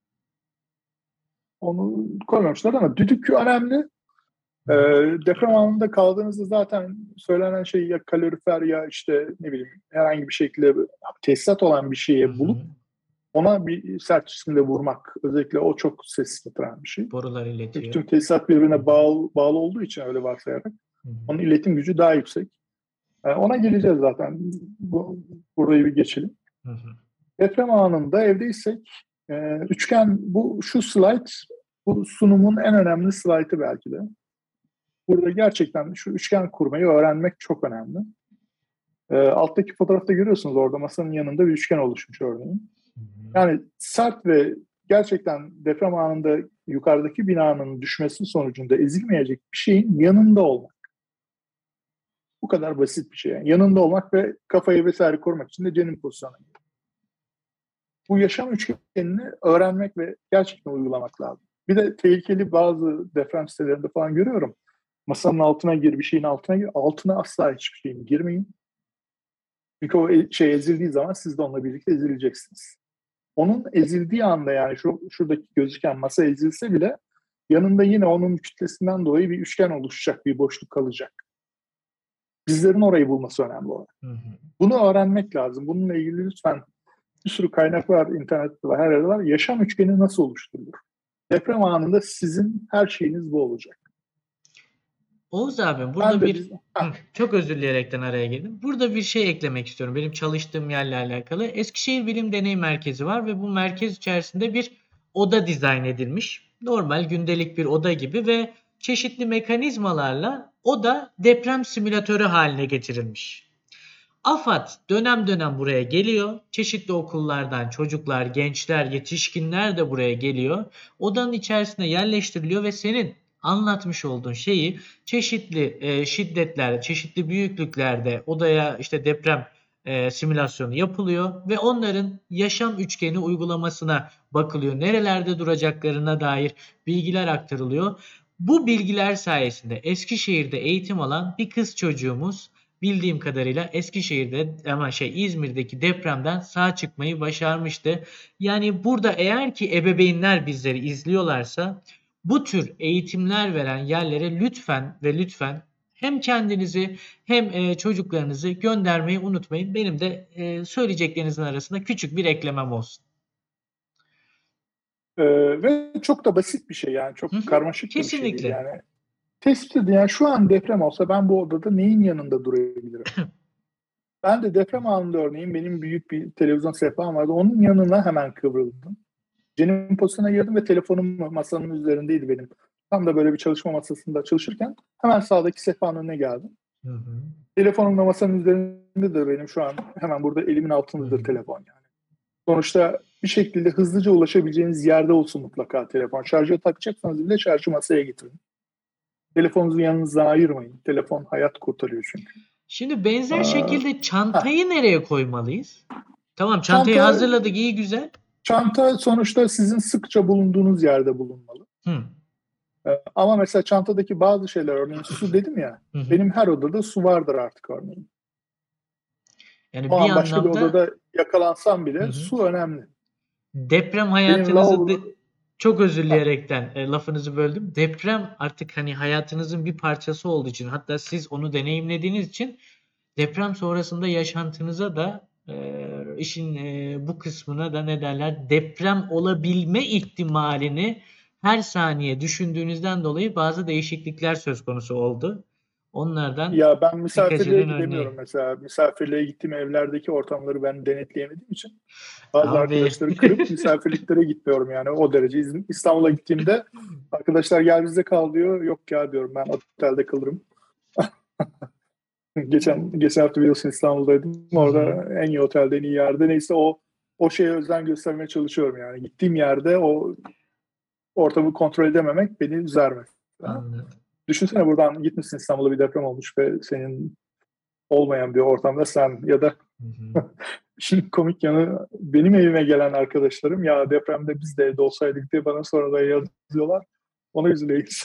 onu koymamışlar ama düdük önemli. Ee, deprem anında kaldığınızda zaten söylenen şey ya kalorifer ya işte ne bileyim herhangi bir şekilde tesisat olan bir şeye bulup ona bir sert cisimle vurmak. Özellikle o çok ses getiren bir şey. Borular Çünkü iletiyor. tüm tesisat birbirine bağlı, bağlı olduğu için öyle varsayarak Hı hı. onun iletim gücü daha yüksek. Yani ona geleceğiz zaten. Bu, burayı bir geçelim. Hı hı. Deprem anında evdeysek e, üçgen bu şu slide bu sunumun en önemli slide'ı belki de. Burada gerçekten şu üçgen kurmayı öğrenmek çok önemli. E, alttaki fotoğrafta görüyorsunuz orada masanın yanında bir üçgen oluşmuş örneğin. Yani sert ve gerçekten deprem anında yukarıdaki binanın düşmesi sonucunda ezilmeyecek bir şeyin yanında olmak. Bu kadar basit bir şey. Yani yanında olmak ve kafayı vesaire korumak için de cenin pozisyonu. Bu yaşam üçgenini öğrenmek ve gerçekten uygulamak lazım. Bir de tehlikeli bazı deprem sitelerinde falan görüyorum. Masanın altına gir, bir şeyin altına gir. Altına asla hiçbir şeyin girmeyin. Çünkü o şey ezildiği zaman siz de onunla birlikte ezileceksiniz. Onun ezildiği anda, yani şu şuradaki gözüken masa ezilse bile yanında yine onun kütlesinden dolayı bir üçgen oluşacak, bir boşluk kalacak. Bizlerin orayı bulması önemli olan. Hı hı. Bunu öğrenmek lazım. Bununla ilgili lütfen bir sürü kaynak var, internette var, her yerde var. Yaşam üçgeni nasıl oluşturulur? Deprem anında sizin her şeyiniz bu olacak. Oğuz abi burada bir biz... çok özür dileyerekten araya girdim. Burada bir şey eklemek istiyorum. Benim çalıştığım yerle alakalı. Eskişehir Bilim Deney Merkezi var ve bu merkez içerisinde bir oda dizayn edilmiş. Normal gündelik bir oda gibi ve çeşitli mekanizmalarla oda deprem simülatörü haline getirilmiş. AFAD dönem dönem buraya geliyor. Çeşitli okullardan çocuklar, gençler, yetişkinler de buraya geliyor. Odanın içerisine yerleştiriliyor ve senin anlatmış olduğun şeyi çeşitli e, şiddetler, çeşitli büyüklüklerde odaya işte deprem e, simülasyonu yapılıyor ve onların yaşam üçgeni uygulamasına bakılıyor. Nerelerde duracaklarına dair bilgiler aktarılıyor. Bu bilgiler sayesinde Eskişehir'de eğitim alan bir kız çocuğumuz bildiğim kadarıyla Eskişehir'de ama şey İzmir'deki depremden sağ çıkmayı başarmıştı. Yani burada eğer ki ebeveynler bizleri izliyorlarsa bu tür eğitimler veren yerlere lütfen ve lütfen hem kendinizi hem e, çocuklarınızı göndermeyi unutmayın. Benim de e, söyleyeceklerinizin arasında küçük bir eklemem olsun. Ee, ve çok da basit bir şey, yani çok Hı-hı. karmaşık Kesinlikle. bir şey değil yani. Tespit edin, yani şu an deprem olsa ben bu odada neyin yanında durabilirim? Ben de deprem anında örneğin benim büyük bir televizyon sehpam vardı. Onun yanına hemen kıvrıldım. Cenin pozisyona girdim ve telefonum masanın üzerindeydi benim. Tam da böyle bir çalışma masasında çalışırken hemen sağdaki sehpanın önüne geldim. Hı hı. Telefonum da masanın üzerinde de benim şu an hemen burada elimin altındadır hı hı. telefon yani. Sonuçta bir şekilde hızlıca ulaşabileceğiniz yerde olsun mutlaka telefon. Şarja takacaksanız bile şarjı masaya getirin. Telefonunuzu yanınıza ayırmayın. Telefon hayat kurtarıyor çünkü. Şimdi benzer Aa, şekilde çantayı ha. nereye koymalıyız? Tamam, çantayı Çanta, hazırladık, iyi güzel. Çanta sonuçta sizin sıkça bulunduğunuz yerde bulunmalı. Hı. Ee, ama mesela çantadaki bazı şeyler, örneğin su dedim ya, hı hı. benim her odada su vardır artık örneğin. Yani o bir an başka anlamda, bir odada yakalansam bile hı hı. su önemli. Deprem hayatınızı lavabo... de... çok özür dileyerekten e, lafınızı böldüm. Deprem artık hani hayatınızın bir parçası olduğu için, hatta siz onu deneyimlediğiniz için deprem sonrasında yaşantınıza da e, işin e, bu kısmına da ne derler, deprem olabilme ihtimalini her saniye düşündüğünüzden dolayı bazı değişiklikler söz konusu oldu. Onlardan ya ben misafirliğe gidemiyorum örneği. Mesela misafirliğe gittiğim evlerdeki ortamları ben denetleyemediğim için bazı Abi. arkadaşları kırıp misafirliklere gitmiyorum yani, o derece. İstanbul'a gittiğimde arkadaşlar gel bizde kal diyor. Yok ya diyorum, ben otelde kalırım. geçen geçen hafta biliyorsun İstanbul'daydım. Orada Hı-hı. en iyi otelde, en iyi yerde. Neyse o o şeye özen göstermeye çalışıyorum yani. Gittiğim yerde o ortamı kontrol edememek beni üzer mesela. Düşünsene, buradan gitmişsin, İstanbul'da bir deprem olmuş ve senin olmayan bir ortamda sen ya da şimdi komik yanı, benim evime gelen arkadaşlarım ya depremde biz de evde olsaydık diye bana sonra da yazıyorlar. Ona üzülüyoruz.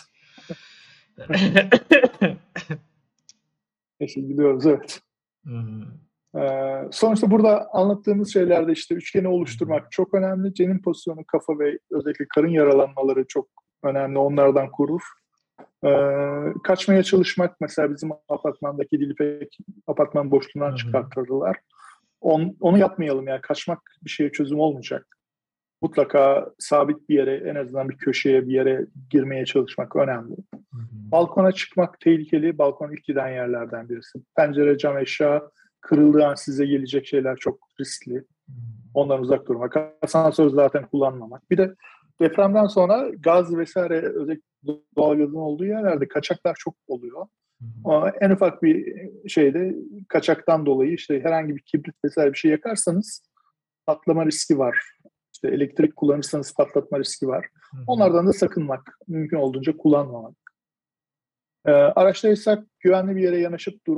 Neyse gidiyoruz, evet. Ee, sonuçta burada anlattığımız şeylerde işte üçgeni oluşturmak çok önemli. Cenin pozisyonu, kafa ve özellikle karın yaralanmaları çok önemli. Onlardan korur. Ee, kaçmaya çalışmak, mesela bizim apartmandaki Dilipek apartman boşluğundan Hı-hı. çıkartırdılar. On, onu yapmayalım yani, kaçmak bir şeye çözüm olmayacak. Mutlaka sabit bir yere, en azından bir köşeye, bir yere girmeye çalışmak önemli. Hı-hı. Balkona çıkmak tehlikeli. Balkon ilk giden yerlerden birisi. Pencere, cam, eşya kırıldığı an size gelecek şeyler çok riskli. Hı-hı. Ondan uzak durmak. Asansör zaten kullanmamak. Bir de depremden sonra gaz vesaire, özellikle doğalgazın olduğu yerlerde kaçaklar çok oluyor. Ama en ufak bir şeyde kaçaktan dolayı işte herhangi bir kibrit vesaire bir şey yakarsanız patlama riski var. İşte elektrik kullanırsanız patlatma riski var. Onlardan da sakınmak, mümkün olduğunca kullanmamak. Ee, araçtaysak güvenli bir yere yanaşıp durmak,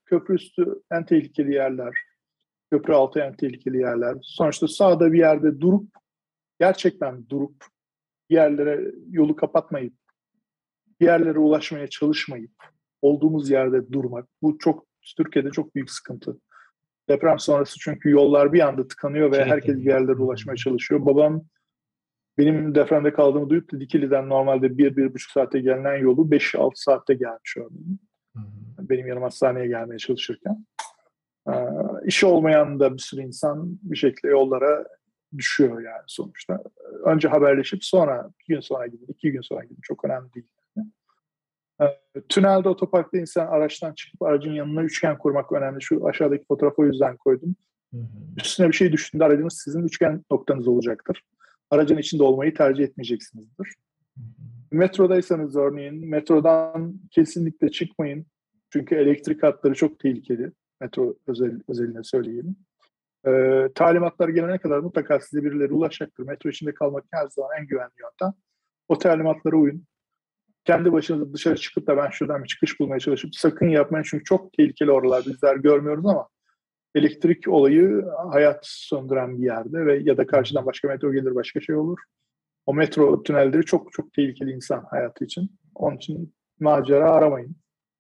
köprü üstü en tehlikeli yerler, köprü altı en tehlikeli yerler. Sonuçta sağda bir yerde durup, gerçekten durup, bir yerlere yolu kapatmayıp, bir yerlere ulaşmaya çalışmayıp, olduğumuz yerde durmak. Bu çok, Türkiye'de çok büyük sıkıntı. Deprem sonrası çünkü yollar bir anda tıkanıyor ve herkes bir yerlere ulaşmaya çalışıyor. Babam benim depremde kaldığımı duyup da Dikili'den normalde bir, bir buçuk saate gelinen yolu beş altı saatte gelmiş örneğin. Benim yanıma hastaneye gelmeye çalışırken. Ee, işi olmayan da bir sürü insan bir şekilde yollara düşüyor yani sonuçta. Önce haberleşip sonra bir gün sonra gidin, iki gün sonra gidin. Çok önemli değil. Ee, tünelde, otoparkta insan araçtan çıkıp aracın yanına üçgen kurmak önemli. Şu aşağıdaki fotoğrafı o yüzden koydum. Hı hı. Üstüne bir şey düştüğünde aracınız sizin üçgen noktanız olacaktır. Aracın içinde olmayı tercih etmeyeceksinizdir. Hı hı. Metrodaysanız örneğin metrodan kesinlikle çıkmayın. Çünkü elektrik hatları çok tehlikeli. Metro özel, özeline söyleyeyim. Ee, talimatlar gelene kadar mutlaka size birileri ulaşacaktır. Metro içinde kalmak her zaman en güvenli yöntem. O talimatlara uyun. Kendi başınıza dışarı çıkıp da ben şuradan bir çıkış bulmaya çalışıp sakın yapmayın. Çünkü çok tehlikeli oralar. Bizler görmüyoruz ama elektrik olayı hayat söndüren bir yerde ve ya da karşıdan başka metro gelir, başka şey olur. O metro tünelleri çok çok tehlikeli insan hayatı için. Onun için macera aramayın.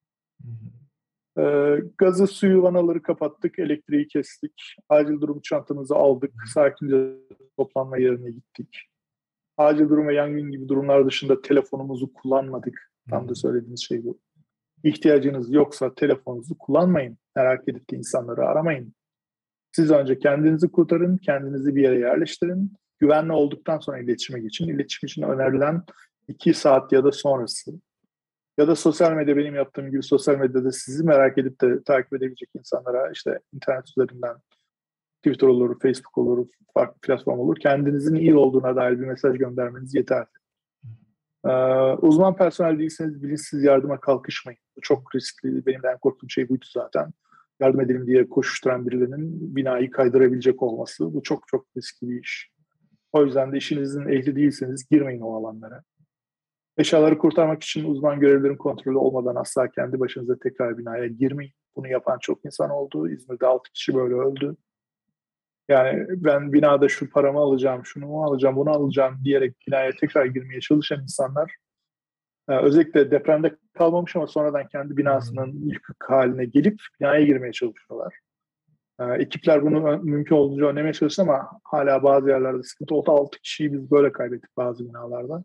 Ee, gazı, suyu, vanaları kapattık, elektriği kestik. Acil durum çantamızı aldık, sakince toplanma yerine gittik. Acil durum ve yangın gibi durumlar dışında telefonumuzu kullanmadık. Tam da söylediğiniz şey bu. İhtiyacınız yoksa telefonunuzu kullanmayın. Merak edip de insanları aramayın. Siz önce kendinizi kurtarın, kendinizi bir yere yerleştirin. Güvenli olduktan sonra iletişime geçin. İletişim için önerilen iki saat ya da sonrası. Ya da sosyal medya, benim yaptığım gibi sosyal medyada sizi merak edip de takip edebilecek insanlara işte internet üzerinden Twitter olur, Facebook olur, farklı platform olur. Kendinizin iyi olduğuna dair bir mesaj göndermeniz yeterli. Ee, uzman personel değilseniz bilinçsiz yardıma kalkışmayın. Bu çok riskli. Benim en korktuğum şey buydu zaten. Yardım edelim diye koşuşturan birilerinin binayı kaydırabilecek olması. Bu çok çok riskli bir iş. O yüzden de işinizin ehli değilseniz girmeyin o alanlara. Eşyaları kurtarmak için uzman görevlilerin kontrolü olmadan asla kendi başınıza tekrar binaya girmeyin. Bunu yapan çok insan oldu. İzmir'de altı kişi böyle öldü. Yani ben binada şu paramı alacağım, şunu mu alacağım, bunu alacağım diyerek binaya tekrar girmeye çalışan insanlar özellikle depremde kalmamış ama sonradan kendi binasının yıkık haline gelip binaya girmeye çalışıyorlar. Ekipler bunu mümkün olduğunca önlemeye çalıştı ama hala bazı yerlerde sıkıntı oldu. altı kişiyi biz böyle kaybettik bazı binalarda.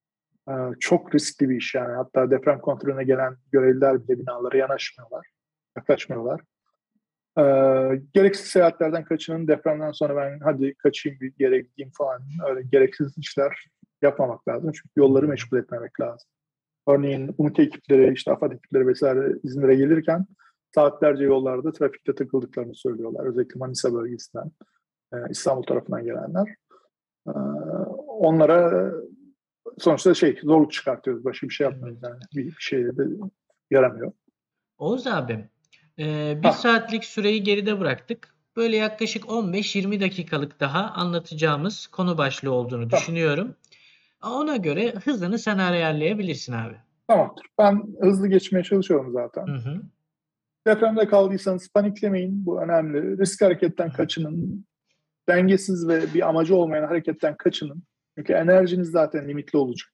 Çok riskli bir iş yani. Hatta deprem kontrolüne gelen görevliler bile binalara yanaşmıyorlar, yaklaşmıyorlar. Ee, gereksiz seyahatlerden kaçının. Depremden sonra ben hadi kaçayım bir yere gideyim falan, öyle gereksiz işler yapmamak lazım. Çünkü yolları meşgul etmemek lazım. Örneğin UMIT ekipleri, işte AFAD ekipleri vesaire İzmir'e gelirken saatlerce yollarda trafikte takıldıklarını söylüyorlar. Özellikle Manisa bölgesinden, İstanbul tarafından gelenler. Ee, onlara sonuçta şey zorluk çıkartıyoruz. Başka bir şey yapmıyoruz yani. Bir, bir şeye de yaramıyor. Oğuz abim, e, bir ha. saatlik süreyi geride bıraktık. Böyle yaklaşık on beş yirmi dakikalık daha anlatacağımız konu başlığı olduğunu tamam. düşünüyorum. Ona göre hızını sen ayarlayabilirsin abi. Tamamdır. Ben hızlı geçmeye çalışıyorum zaten. Hı hı. Depremde kaldıysanız paniklemeyin. Bu önemli. Risk hareketten kaçının. Dengesiz ve bir amacı olmayan hareketten kaçının. Çünkü enerjiniz zaten limitli olacak.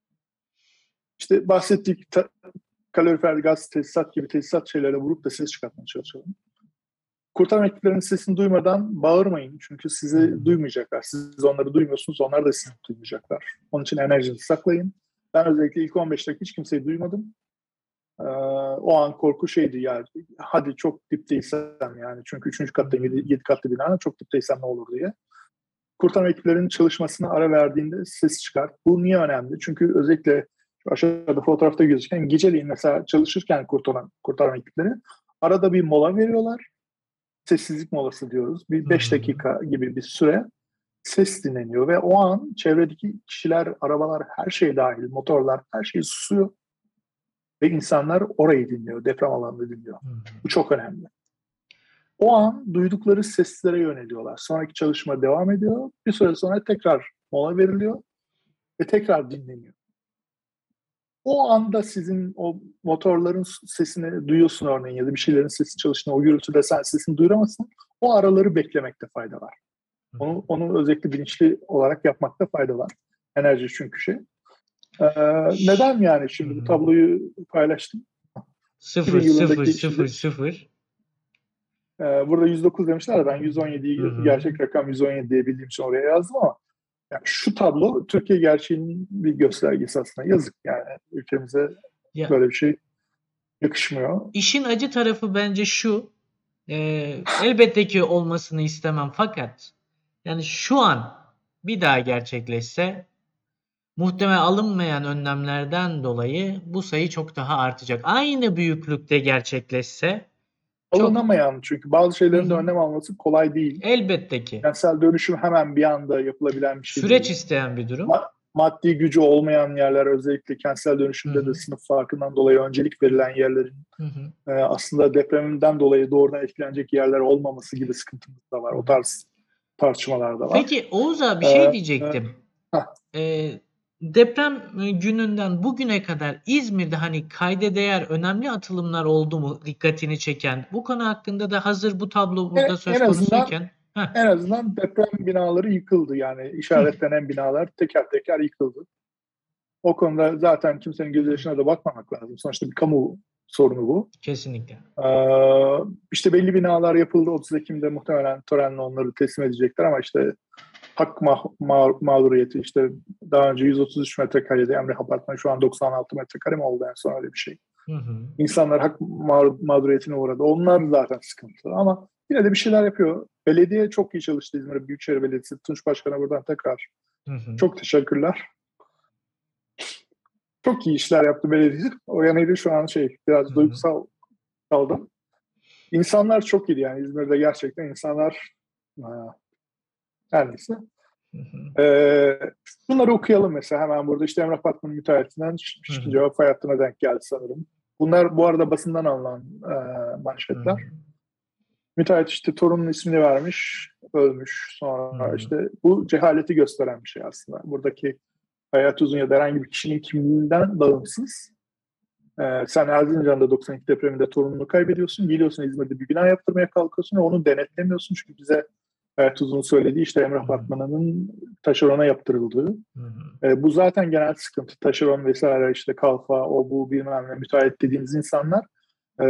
İşte bahsettik ta- kalorifer, gaz, tesisat gibi tesisat şeylerle vurup da ses çıkartmaya çalışalım. Kurtarma ekiplerinin sesini duymadan bağırmayın. Çünkü sizi hmm. duymayacaklar. Siz onları duymuyorsunuz, onlar da sizi duymayacaklar. Onun için enerjinizi saklayın. Ben özellikle ilk on beş dakika hiç kimseyi duymadım. Ee, o an korku şeydi yani. Hadi çok dipteysem yani. Çünkü üçüncü kattayım, yedi katlı binanın çok dipteysem ne olur diye. Kurtarma ekiplerinin çalışmasına ara verdiğinde ses çıkar. Bu niye önemli? Çünkü özellikle aşağıda fotoğrafta gözüken geceleyin mesela çalışırken kurtaran, kurtarma ekipleri arada bir mola veriyorlar. Sessizlik molası diyoruz. Bir beş dakika gibi bir süre ses dinleniyor ve o an çevredeki kişiler, arabalar, her şey dahil, motorlar, her şey susuyor ve insanlar orayı dinliyor, deprem alanını dinliyor. Bu çok önemli. O an duydukları seslere yöneliyorlar. Sonraki çalışma devam ediyor. Bir süre sonra tekrar mola veriliyor ve tekrar dinleniyor. o anda sizin o motorların sesini duyuyorsun örneğin ya da bir şeylerin sesi çalıştığında o gürültüde sen sesini duyuramazsın. O araları beklemekte fayda var. Onu, onu özellikle bilinçli olarak yapmakta fayda var. Enerji çünkü şey. Ee, neden yani şimdi bu tabloyu paylaştım? Sıfır, iki bin sıfır, yılındaki sıfır, şimdi, sıfır. e, burada yüz dokuz demişler. Ben yüz on yediyi, gerçek rakam yüz on yedi diye bildiğim için oraya yazdım ama yani şu tablo Türkiye gerçeğinin bir göstergesi aslında. Yazık yani ülkemize Ya, böyle bir şey yakışmıyor. işin acı tarafı bence şu. E, elbette ki olmasını istemem fakat yani şu an bir daha gerçekleşse muhtemel alınmayan önlemlerden dolayı bu sayı çok daha artacak. Aynı büyüklükte gerçekleşse çok Alınamayan çünkü bazı şeylerin de Hı hı. önlem alması kolay değil. elbette ki Kentsel dönüşüm hemen bir anda yapılabilen bir şey süreç değil. isteyen bir durum. Ma- maddi gücü olmayan yerler özellikle kentsel dönüşümde Hı hı. de sınıf farkından dolayı öncelik verilen yerlerin Hı hı. e, aslında depreminden dolayı doğrudan etkilenecek yerler olmaması gibi sıkıntımız da var. O tarz tartışmalar da var. Peki Oğuz'a bir Ee, şey e, diyecektim. heh, Ee, deprem gününden bugüne kadar İzmir'de hani kayda değer önemli atılımlar oldu mu dikkatini çeken? Bu konu hakkında da hazır bu tablo burada en, söz en azından konusuyken. Heh. en azından deprem binaları yıkıldı. Yani işaretlenen binalar teker teker yıkıldı. O konuda zaten kimsenin göz yaşına da bakmamak lazım. Sonuçta bir kamu sorunu bu. Kesinlikle. Ee, işte belli binalar yapıldı. otuz Ekim'de muhtemelen törenle onları teslim edecekler ama işte hak ma- ma- mağduriyeti işte daha önce yüz otuz üç metrekareydi Emre Apartmanı şu an doksan altı metrekare mi oldu en son öyle bir şey. Hı hı. İnsanlar hak ma- mağduriyetine uğradı. Onlar zaten sıkıntı ama yine de bir şeyler yapıyor. Belediye çok iyi çalıştı İzmir Büyükşehir Belediyesi. Tunç Başkan'a buradan tekrar Hı hı. çok teşekkürler. Çok iyi işler yaptı belediye. O yanıyla şu an şey biraz Hı hı. duygusal kaldım. İnsanlar çok iyi yani İzmir'de gerçekten insanlar ha, her neyse. Hı hı. Ee, bunları okuyalım mesela hemen burada işte Emrah Batman'ın müteahhitinden Hı hı. cevap fay hattına denk geldi sanırım. Bunlar bu arada basından alınan e, Hı manşetler. hı. Müteahhit işte torunun ismini vermiş, ölmüş. Sonra Hı hı. işte bu cehaleti gösteren bir şey aslında. Buradaki Hayat Uzun ya da herhangi bir kişinin kimliğinden bağımsız. Ee, sen Erzincan'da doksan iki depreminde torununu kaybediyorsun. Geliyorsun İzmir'de bir bina yaptırmaya kalkıyorsun ve onu denetlemiyorsun. Çünkü bize Hayat Uzun'un söylediği işte Emrah Batmanı'nın taşerona yaptırıldığı. Hı hı. E, bu zaten genel sıkıntı. Taşeron vesaire işte kalfa, o bu bilmem ne müteahhit dediğimiz insanlar e,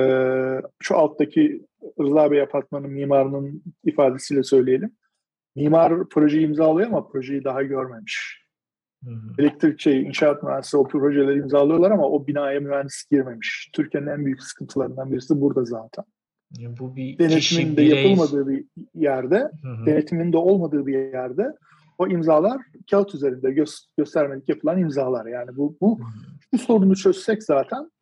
şu alttaki Rıza Bey Apartmanı mimarının ifadesiyle söyleyelim. Mimar projeyi imzalıyor ama projeyi daha görmemiş. Hı hı. Elektrik şey, inşaat mühendisleri o projeleri imzalıyorlar ama o binaya mühendis girmemiş. Türkiye'nin en büyük sıkıntılarından birisi burada zaten. Ya bu bir Denetimin kişi de birey. yapılmadığı bir yerde, Hı hı. denetimin de olmadığı bir yerde o imzalar kağıt üzerinde gö- göstermelik yapılan imzalar. Yani bu, bu, Hı hı. bu sorunu çözsek zaten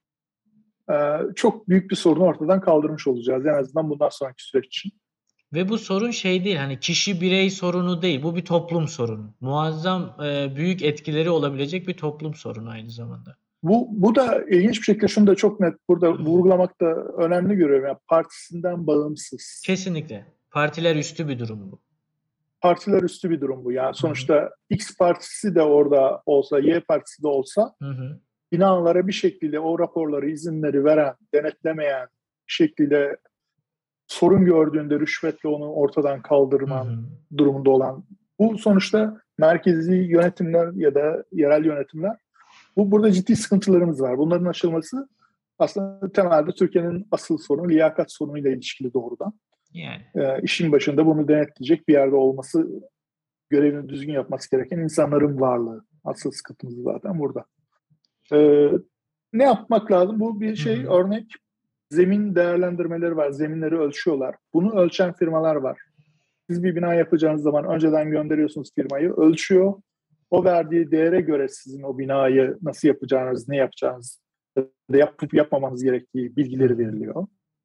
e, çok büyük bir sorunu ortadan kaldırmış olacağız. En azından bundan sonraki süreç için. Ve bu sorun şey değil hani kişi birey sorunu değil bu bir toplum sorunu. Muazzam e, büyük etkileri olabilecek bir toplum sorunu aynı zamanda. Bu, bu da ilginç bir şekilde şunu da çok net burada vurgulamak da önemli görüyorum. Yani partisinden bağımsız. Kesinlikle. Partiler üstü bir durum bu. Partiler üstü bir durum bu. Yani Hı hı. sonuçta X partisi de orada olsa, Y partisi de olsa Hı hı. binalara bir şekilde o raporları, izinleri veren, denetlemeyen bir şekilde sorun gördüğünde rüşvetle onu ortadan kaldırman Hı hı. durumunda olan bu sonuçta merkezi yönetimler ya da yerel yönetimler bu burada ciddi sıkıntılarımız var. Bunların aşılması aslında temelde Türkiye'nin asıl sorunu liyakat sorunuyla ilişkili doğrudan. Yani. E, işin başında bunu denetleyecek bir yerde olması, görevini düzgün yapması gereken insanların varlığı. Asıl sıkıntımız zaten burada. E, ne yapmak lazım? Bu bir şey Hı hı. örnek. Zemin değerlendirmeleri var. Zeminleri ölçüyorlar. Bunu ölçen firmalar var. Siz bir bina yapacağınız zaman önceden gönderiyorsunuz firmayı. Ölçüyor. O verdiği değere göre sizin o binayı nasıl yapacağınız, ne yapacağınız, da yapıp yapmamanız gerektiği bilgileri veriliyor.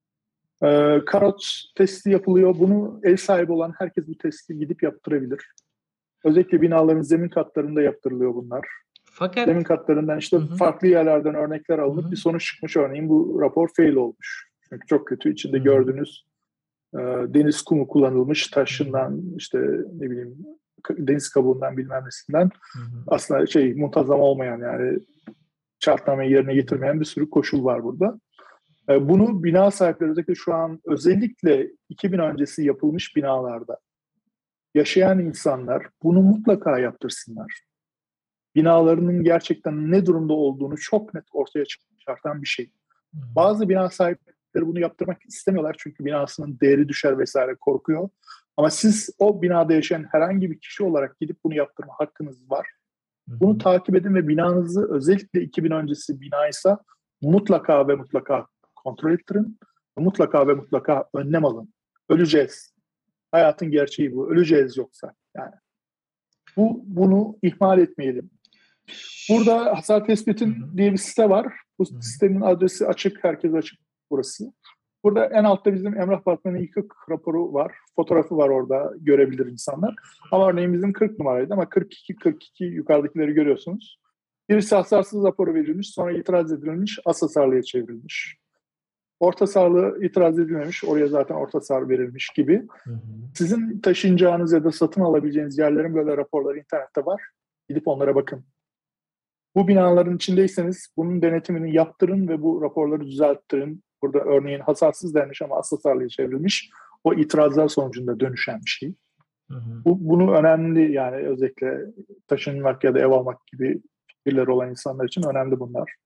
Ee, karot testi yapılıyor. Bunu ev sahibi olan herkes bu testi gidip yaptırabilir. Özellikle binaların zemin katlarında yaptırılıyor bunlar. Fakat Zemin katlarından işte hı hı. farklı yerlerden örnekler alınıp Hı hı. bir sonuç çıkmış. Örneğin bu rapor fail olmuş. Çünkü çok kötü. İçinde Hı hı. gördüğünüz e, deniz kumu kullanılmış. Hı hı. Taşından işte ne bileyim deniz kabuğundan bilmem nesinden Hı hı. aslında şey muntazam olmayan yani şartnameyi yerine getirmeyen bir sürü koşul var burada. E, bunu bina sahipleri özellikle şu an özellikle iki bin öncesi yapılmış binalarda yaşayan insanlar bunu mutlaka yaptırsınlar. Binalarının gerçekten ne durumda olduğunu çok net ortaya çıkartan bir şey. Bazı bina sahipleri bunu yaptırmak istemiyorlar çünkü binasının değeri düşer vesaire korkuyor. Ama siz o binada yaşayan herhangi bir kişi olarak gidip bunu yaptırma hakkınız var. Bunu takip edin ve binanızı özellikle iki bin öncesi binaysa mutlaka ve mutlaka kontrol ettirin. Mutlaka ve mutlaka önlem alın. Öleceğiz. Hayatın gerçeği bu. Öleceğiz yoksa. Yani bu bunu ihmal etmeyelim. Burada hasar tespitin diye bir site var. Bu sitenin adresi açık, herkese açık burası. Burada en altta bizim Emrah Apartmanı yıkık raporu var. Fotoğrafı var orada, görebilir insanlar. Ama örneğin bizim kırk numaraydı ama kırk iki kırk iki yukarıdakileri görüyorsunuz. Birisi hasarsız raporu verilmiş, sonra itiraz edilmiş, az hasarlıya çevrilmiş. Orta hasarlı itiraz edilmemiş, oraya zaten orta hasar verilmiş gibi. Hı hı. Sizin taşınacağınız ya da satın alabileceğiniz yerlerin böyle raporları internette var. Gidip onlara bakın. Bu binaların içindeyseniz bunun denetimini yaptırın ve bu raporları düzelttirin. Burada örneğin hasarsız denmiş ama az hasarlıya çevrilmiş. O itirazlar sonucunda dönüşen bir şey. Hı hı. Bu, bunu önemli yani özellikle taşınmak ya da ev almak gibi fikirleri olan insanlar için önemli bunlar.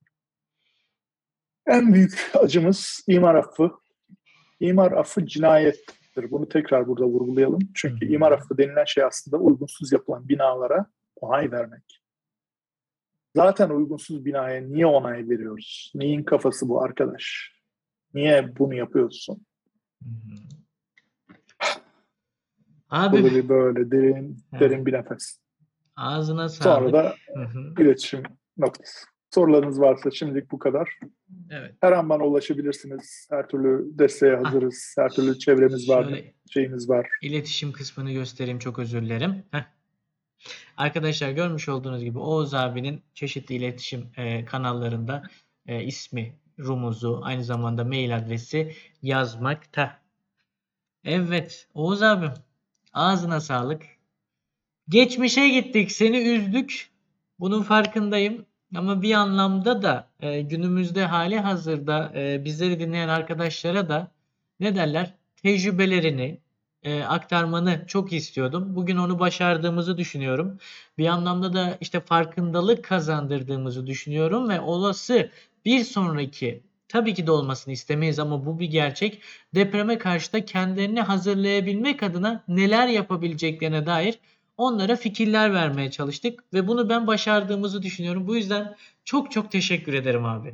En büyük acımız imar affı. İmar affı cinayettir. Bunu tekrar burada vurgulayalım. Çünkü hı hı. imar affı denilen şey aslında uygunsuz yapılan binalara onay vermek. Zaten uygunsuz binaya niye onay veriyoruz? Neyin kafası bu arkadaş? Niye bunu yapıyorsun? Abi, burada bir böyle derin, derin bir nefes. Ağzına sağlık. Sonra da iletişim noktası. Sorularınız varsa şimdilik bu kadar. Evet. Her an bana ulaşabilirsiniz. Her türlü desteğe hazırız. Her türlü çevremiz var, Şöyle, şeyimiz var. İletişim kısmını göstereyim. Çok özür dilerim. Heh. Arkadaşlar görmüş olduğunuz gibi Oğuz abinin çeşitli iletişim e, kanallarında e, ismi, rumuzu, aynı zamanda mail adresi yazmakta. Evet Oğuz abim, ağzına sağlık. Geçmişe gittik, seni üzdük. Bunun farkındayım. Ama bir anlamda da e, günümüzde hali hazırda e, bizleri dinleyen arkadaşlara da ne derler? Tecrübelerini e, aktarmanı çok istiyordum. Bugün onu başardığımızı düşünüyorum. Bir anlamda da işte farkındalık kazandırdığımızı düşünüyorum ve olası bir sonraki tabii ki de olmasını istemeyiz ama bu bir gerçek. Depreme karşı da kendilerini hazırlayabilmek adına neler yapabileceklerine dair onlara fikirler vermeye çalıştık ve bunu ben başardığımızı düşünüyorum. Bu yüzden çok çok teşekkür ederim abi.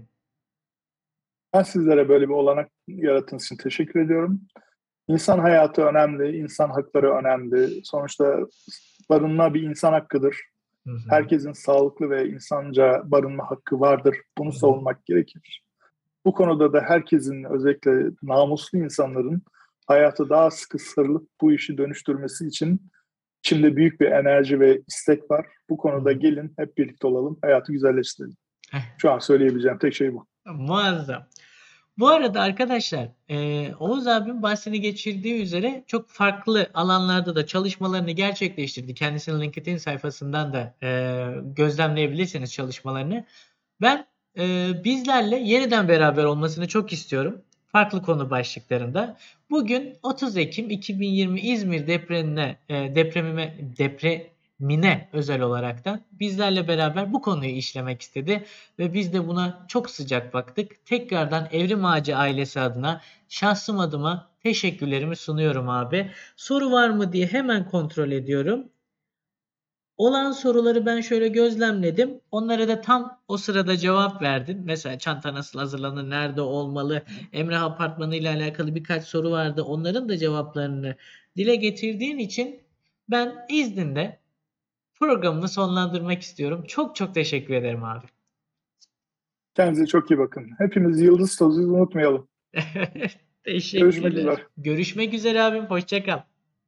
Ben sizlere böyle bir olanak yarattığınız için teşekkür ediyorum. İnsan hayatı önemli, insan hakları önemli. Sonuçta barınma bir insan hakkıdır. Hı hı. Herkesin sağlıklı ve insanca barınma hakkı vardır. Bunu hı hı. savunmak gerekir. Bu konuda da herkesin, özellikle namuslu insanların hayatı daha sıkı sarılıp bu işi dönüştürmesi için içimde büyük bir enerji ve istek var. Bu konuda gelin hep birlikte olalım, hayatı güzelleştirelim. Şu an söyleyebileceğim tek şey bu. Muazzam. Bu arada arkadaşlar e, Oğuz abim bahsini geçirdiği üzere çok farklı alanlarda da çalışmalarını gerçekleştirdi. Kendisinin LinkedIn sayfasından da e, gözlemleyebilirsiniz çalışmalarını. Ben e, bizlerle yeniden beraber olmasını çok istiyorum. Farklı konu başlıklarında. Bugün otuz Ekim iki bin yirmi İzmir depremine, e, depremime, depremine özel olaraktan bizlerle beraber bu konuyu işlemek istedi. Ve biz de buna çok sıcak baktık. Tekrardan Evrim Ağacı ailesi adına, şahsım adıma teşekkürlerimi sunuyorum abi. Soru var mı diye hemen kontrol ediyorum. Olan soruları ben şöyle gözlemledim. Onlara da tam o sırada cevap verdim. Mesela çanta nasıl hazırlanır, nerede olmalı, Emrah Apartmanı ile alakalı birkaç soru vardı. Onların da cevaplarını dile getirdiğin için ben izninle programını sonlandırmak istiyorum. Çok çok teşekkür ederim abi. Kendinize çok iyi bakın. Hepimiz yıldız tozuyuz, unutmayalım. Teşekkürler. Görüşmek üzere. Görüşmek üzere abim. Hoşça kal.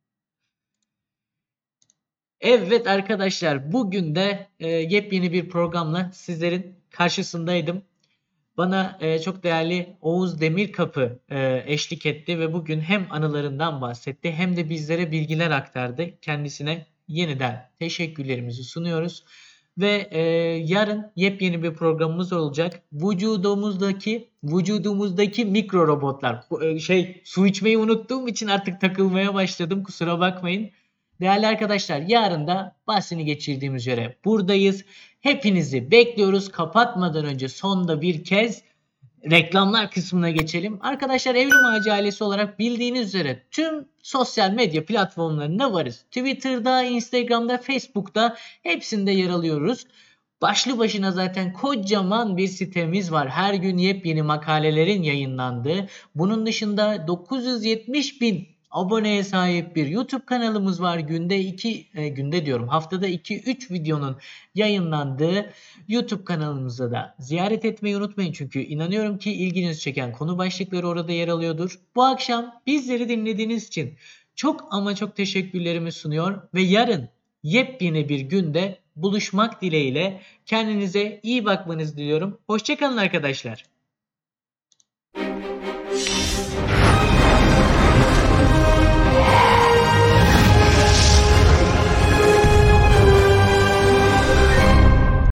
Evet arkadaşlar, bugün de e, yepyeni bir programla sizlerin karşısındaydım. Bana e, çok değerli Oğuz Demirkapı e, eşlik etti ve bugün hem anılarından bahsetti hem de bizlere bilgiler aktardı. Kendisine yeniden teşekkürlerimizi sunuyoruz. Ve e, yarın yepyeni bir programımız olacak. Vücudumuzdaki vücudumuzdaki mikro robotlar. Bu, e, şey su içmeyi unuttuğum için artık takılmaya başladım. Kusura bakmayın. Değerli arkadaşlar, yarın da bahsini geçirdiğim üzere buradayız. Hepinizi bekliyoruz. Kapatmadan önce sonda bir kez reklamlar kısmına geçelim. Arkadaşlar, Evrim Ağacı ailesi olarak bildiğiniz üzere tüm sosyal medya platformlarında varız. Twitter'da, Instagram'da, Facebook'ta hepsinde yer alıyoruz. Başlı başına zaten kocaman bir sitemiz var. Her gün yepyeni makalelerin yayınlandığı. Bunun dışında dokuz yüz yetmiş bin aboneye sahip bir YouTube kanalımız var. Günde iki e, günde diyorum haftada iki üç videonun yayınlandığı YouTube kanalımıza da ziyaret etmeyi unutmayın. Çünkü inanıyorum ki ilginizi çeken konu başlıkları orada yer alıyordur. Bu akşam bizleri dinlediğiniz için çok ama çok teşekkürlerimi sunuyor ve yarın yepyeni bir günde buluşmak dileğiyle kendinize iyi bakmanızı diliyorum. Hoşça kalın arkadaşlar.